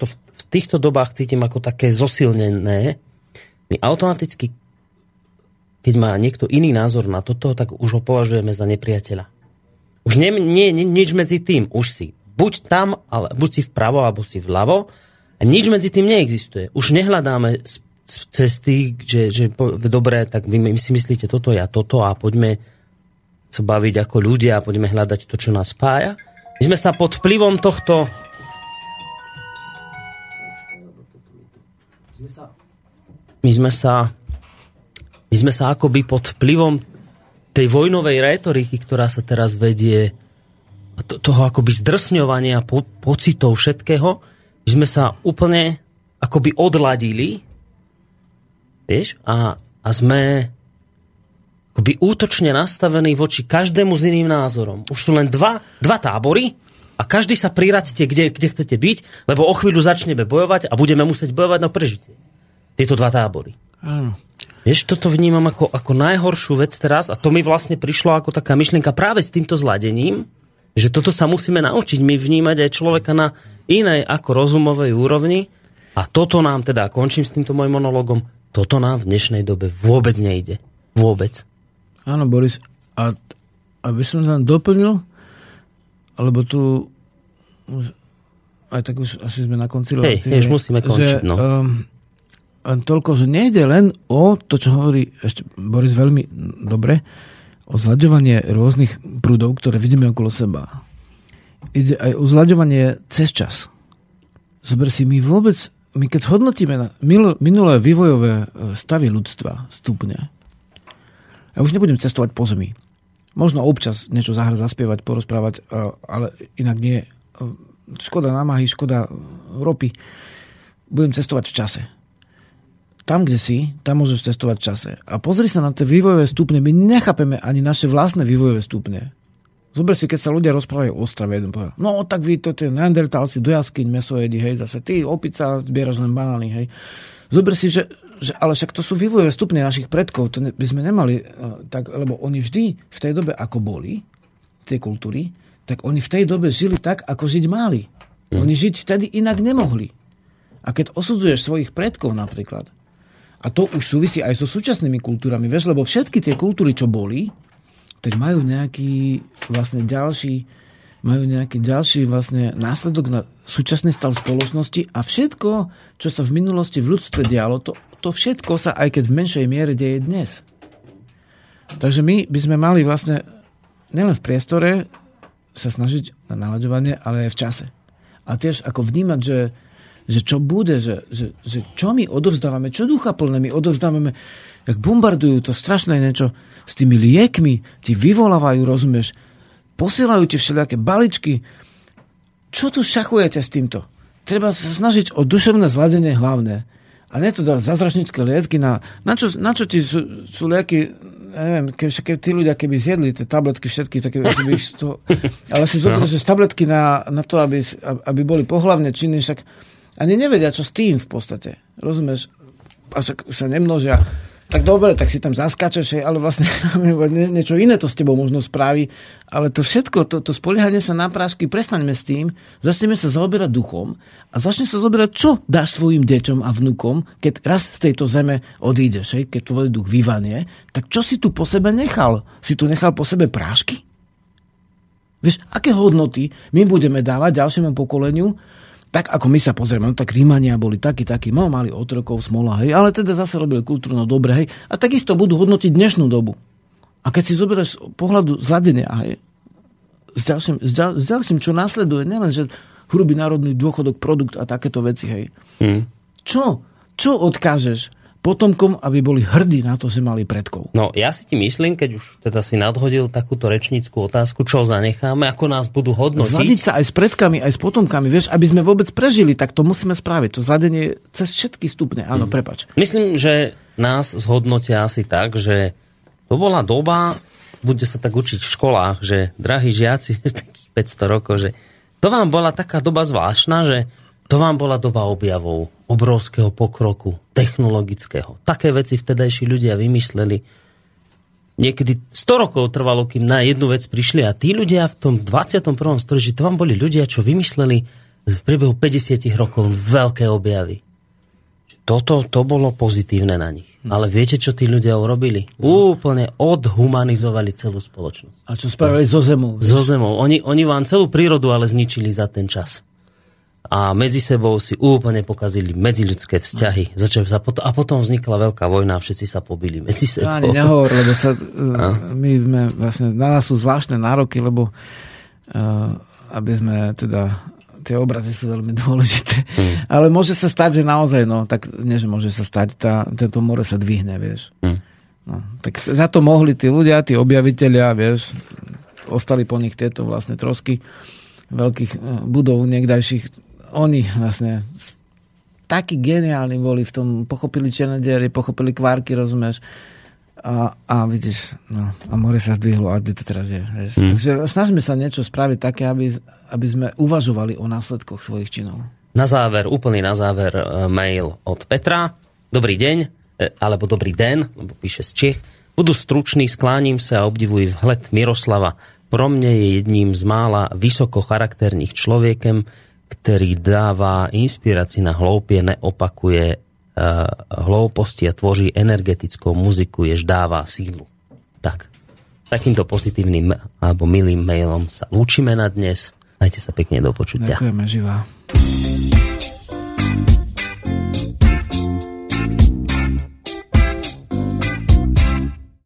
týchto dobách cítim ako také zosilnené. My automaticky, keď má niekto iný názor na toto, tak už ho považujeme za nepriateľa. Už nie nič medzi tým. Už si buď tam, ale buď si vpravo, alebo si vľavo. A nič medzi tým neexistuje. Už nehľadáme cesty, že dobre, tak vy si myslíte toto, ja toto a poďme sa baviť ako ľudia a poďme hľadať to, čo nás spája. My sme sa pod vplyvom tohto... My sme sa akoby pod vplyvom tej vojnovej rétoriky, ktorá sa teraz vedie, toho akoby zdrsňovania pocitov všetkého, my sme sa úplne akoby odladili, vieš, a sme akoby útočne nastavení voči každému s iným názorom. Už sú len dva tábory a každý sa priraďte, kde chcete byť, lebo o chvíľu začneme bojovať a budeme musieť bojovať na prežitie. Tieto dva tábory. Áno. Vieš, toto vnímam ako najhoršiu vec teraz a to mi vlastne prišlo ako taká myšlienka práve s týmto zladením, že toto sa musíme naučiť my vnímať aj človeka na inej ako rozumovej úrovni a toto nám teda, končím s týmto môjim monológom, toto nám v dnešnej dobe vôbec nejde. Vôbec. Áno, Boris, a aby som sa doplnil, alebo tu aj tak už asi sme na konci relácie. Už musíme končiť, toľko, že nejde len o to, čo hovorí ešte Boris veľmi dobre, o zľaďovanie rôznych prúdov, ktoré vidíme okolo seba. Ide aj o zľaďovanie cez čas. Zober si, my keď hodnotíme na minulé vývojové stavy ľudstva, stupne, ja už nebudem cestovať po zemi. Možno občas niečo zahrať, zaspievať, porozprávať, ale inak nie. Škoda námahy, škoda ropy. Budem cestovať v čase. Tam, kde si, tam môžeš cestovať v čase. A pozri sa na tie vývojové stupne. My nechápeme ani naše vlastné vývojové stupne. Zober si, keď sa ľudia rozprávajú o Ostrave, jeden povedal, no tak vy, to tie neandertálci do jaskyň meso jedí, hej, zase ty, opica, zbieraš len banány, hej. Zober si, že ale však to sú vývojové stupne našich predkov, to by sme nemali tak, lebo oni vždy v tej dobe, ako boli, tej kultúry, tak oni v tej dobe žili tak, ako žiť mali. Oni žiť vtedy inak nemohli. A keď osudzuješ svojich predkov napríklad, a to už súvisí aj so súčasnými kultúrami, vieš, lebo všetky tie kultúry, čo boli, tak majú nejaký ďalší vlastne následok na súčasný stav spoločnosti a všetko, čo sa v minulosti v ľudstve dialo, to všetko sa aj keď v menšej miere deje dnes. Takže my by sme mali vlastne nielen v priestore sa snažiť na nalaďovanie, ale aj v čase. A tiež ako vnímať, že čo bude, že čo my odovzdávame, čo ducha plné my odovzdávame, jak bombardujú to strašné niečo s tými liekmi, ti vyvolávajú, rozumieš, posielajú ti všelijaké baličky. Čo tu šachujete s týmto? Treba sa snažiť o duševné zladenie hlavné. A nie to dať zázračnícke lieky na čo ti sú lieky, ja neviem, keď tí ľudia keby zjedli tie tabletky všetky, také by ich to, ale si zoberú, že tabletky na to, aby boli pohlavne činní, však ani nevedia, čo s tým v podstate. Rozumieš? A však sa nemnožia. Tak dobre, tak si tam zaskáčeš, ale vlastne niečo iné to s tebou možno spraví. Ale to všetko, to spoliehanie sa na prášky, prestaňme s tým, začneme sa zaoberať duchom a začne sa zaoberať, čo dáš svojim deťom a vnukom, keď raz z tejto zeme odídeš, keď tvoj duch vyvanie, tak čo si tu po sebe nechal? Si tu nechal po sebe prášky? Vieš, aké hodnoty my budeme dávať ďalšiemu pokoleniu? Tak ako my sa pozrieme, no tak Rímania boli takí, mali otrokov, smola, hej, ale teda zase robili kultúrno dobre, hej, a takisto budú hodnotiť dnešnú dobu. A keď si zoberieš z pohľadu zladenia, hej, s ďalším, čo následuje, nielen, že hrubý národný dôchodok, produkt a takéto veci, hej. Čo odkážeš potomkom, aby boli hrdí na to, že mali predkov? No, ja si ti myslím, keď už teda si nadhodil takúto rečnícku otázku, čo zanecháme, ako nás budú hodnotiť. Zladiť sa aj s predkami, aj s potomkami, vieš, aby sme vôbec prežili, tak to musíme spraviť. To zladenie cez všetky stupne. Áno, prepáč. Myslím, že nás zhodnotia asi tak, že to bola doba, bude sa tak učiť v školách, že drahí žiaci z takých 500 rokov, že to vám bola taká doba zvláštna, že to vám bola doba objavov, obrovského pokroku, technologického. Také veci vtedajší ľudia vymysleli. Niekedy 100 rokov trvalo, kým na jednu vec prišli a tí ľudia v tom 21. storočí, to vám boli ľudia, čo vymysleli v priebehu 50 rokov veľké objavy. To bolo pozitívne na nich. Ale viete, čo tí ľudia urobili? Úplne odhumanizovali celú spoločnosť. A čo spravili zo zemou? Zo zemou. Oni vám celú prírodu ale zničili za ten čas. A medzi sebou si úplne pokazili medziľudské vzťahy. A potom vznikla veľká vojna a všetci sa pobili medzi sebou. Ani nehovor, lebo my sme vlastne, na nás sú zvláštne nároky, lebo aby sme teda... Tie obrazy sú veľmi dôležité. Ale môže sa stať, že naozaj, tak nie, že môže sa stať, tento more sa dvihne, vieš. No, tak za to mohli tí ľudia, tí objavitelia, vieš, ostali po nich tieto vlastne trosky veľkých budov niekdajších. Oni vlastne takí geniálni boli v tom, pochopili černé diery, pochopili kvárky, rozumieš. A vidíš, a more sa zdvihlo a kde to teraz je. Vieš. Takže snažíme sa niečo spraviť také, aby sme uvažovali o následkoch svojich činov. Úplný na záver mail od Petra. Dobrý deň, alebo dobrý den, lebo píše z Čech. Budu stručný, skláním sa a obdivuj vhled Miroslava. Pro mne je jedním z mála vysokocharakterných človekem, ktorý dáva inspiraci na hloupie, neopakuje hlouposti a tvoří energetickou muziku, jež dáva sílu. Tak, takýmto pozitívnym alebo milým mailom sa lúčime na dnes. Majte sa pekne, do počutia. Ďakujeme, živá.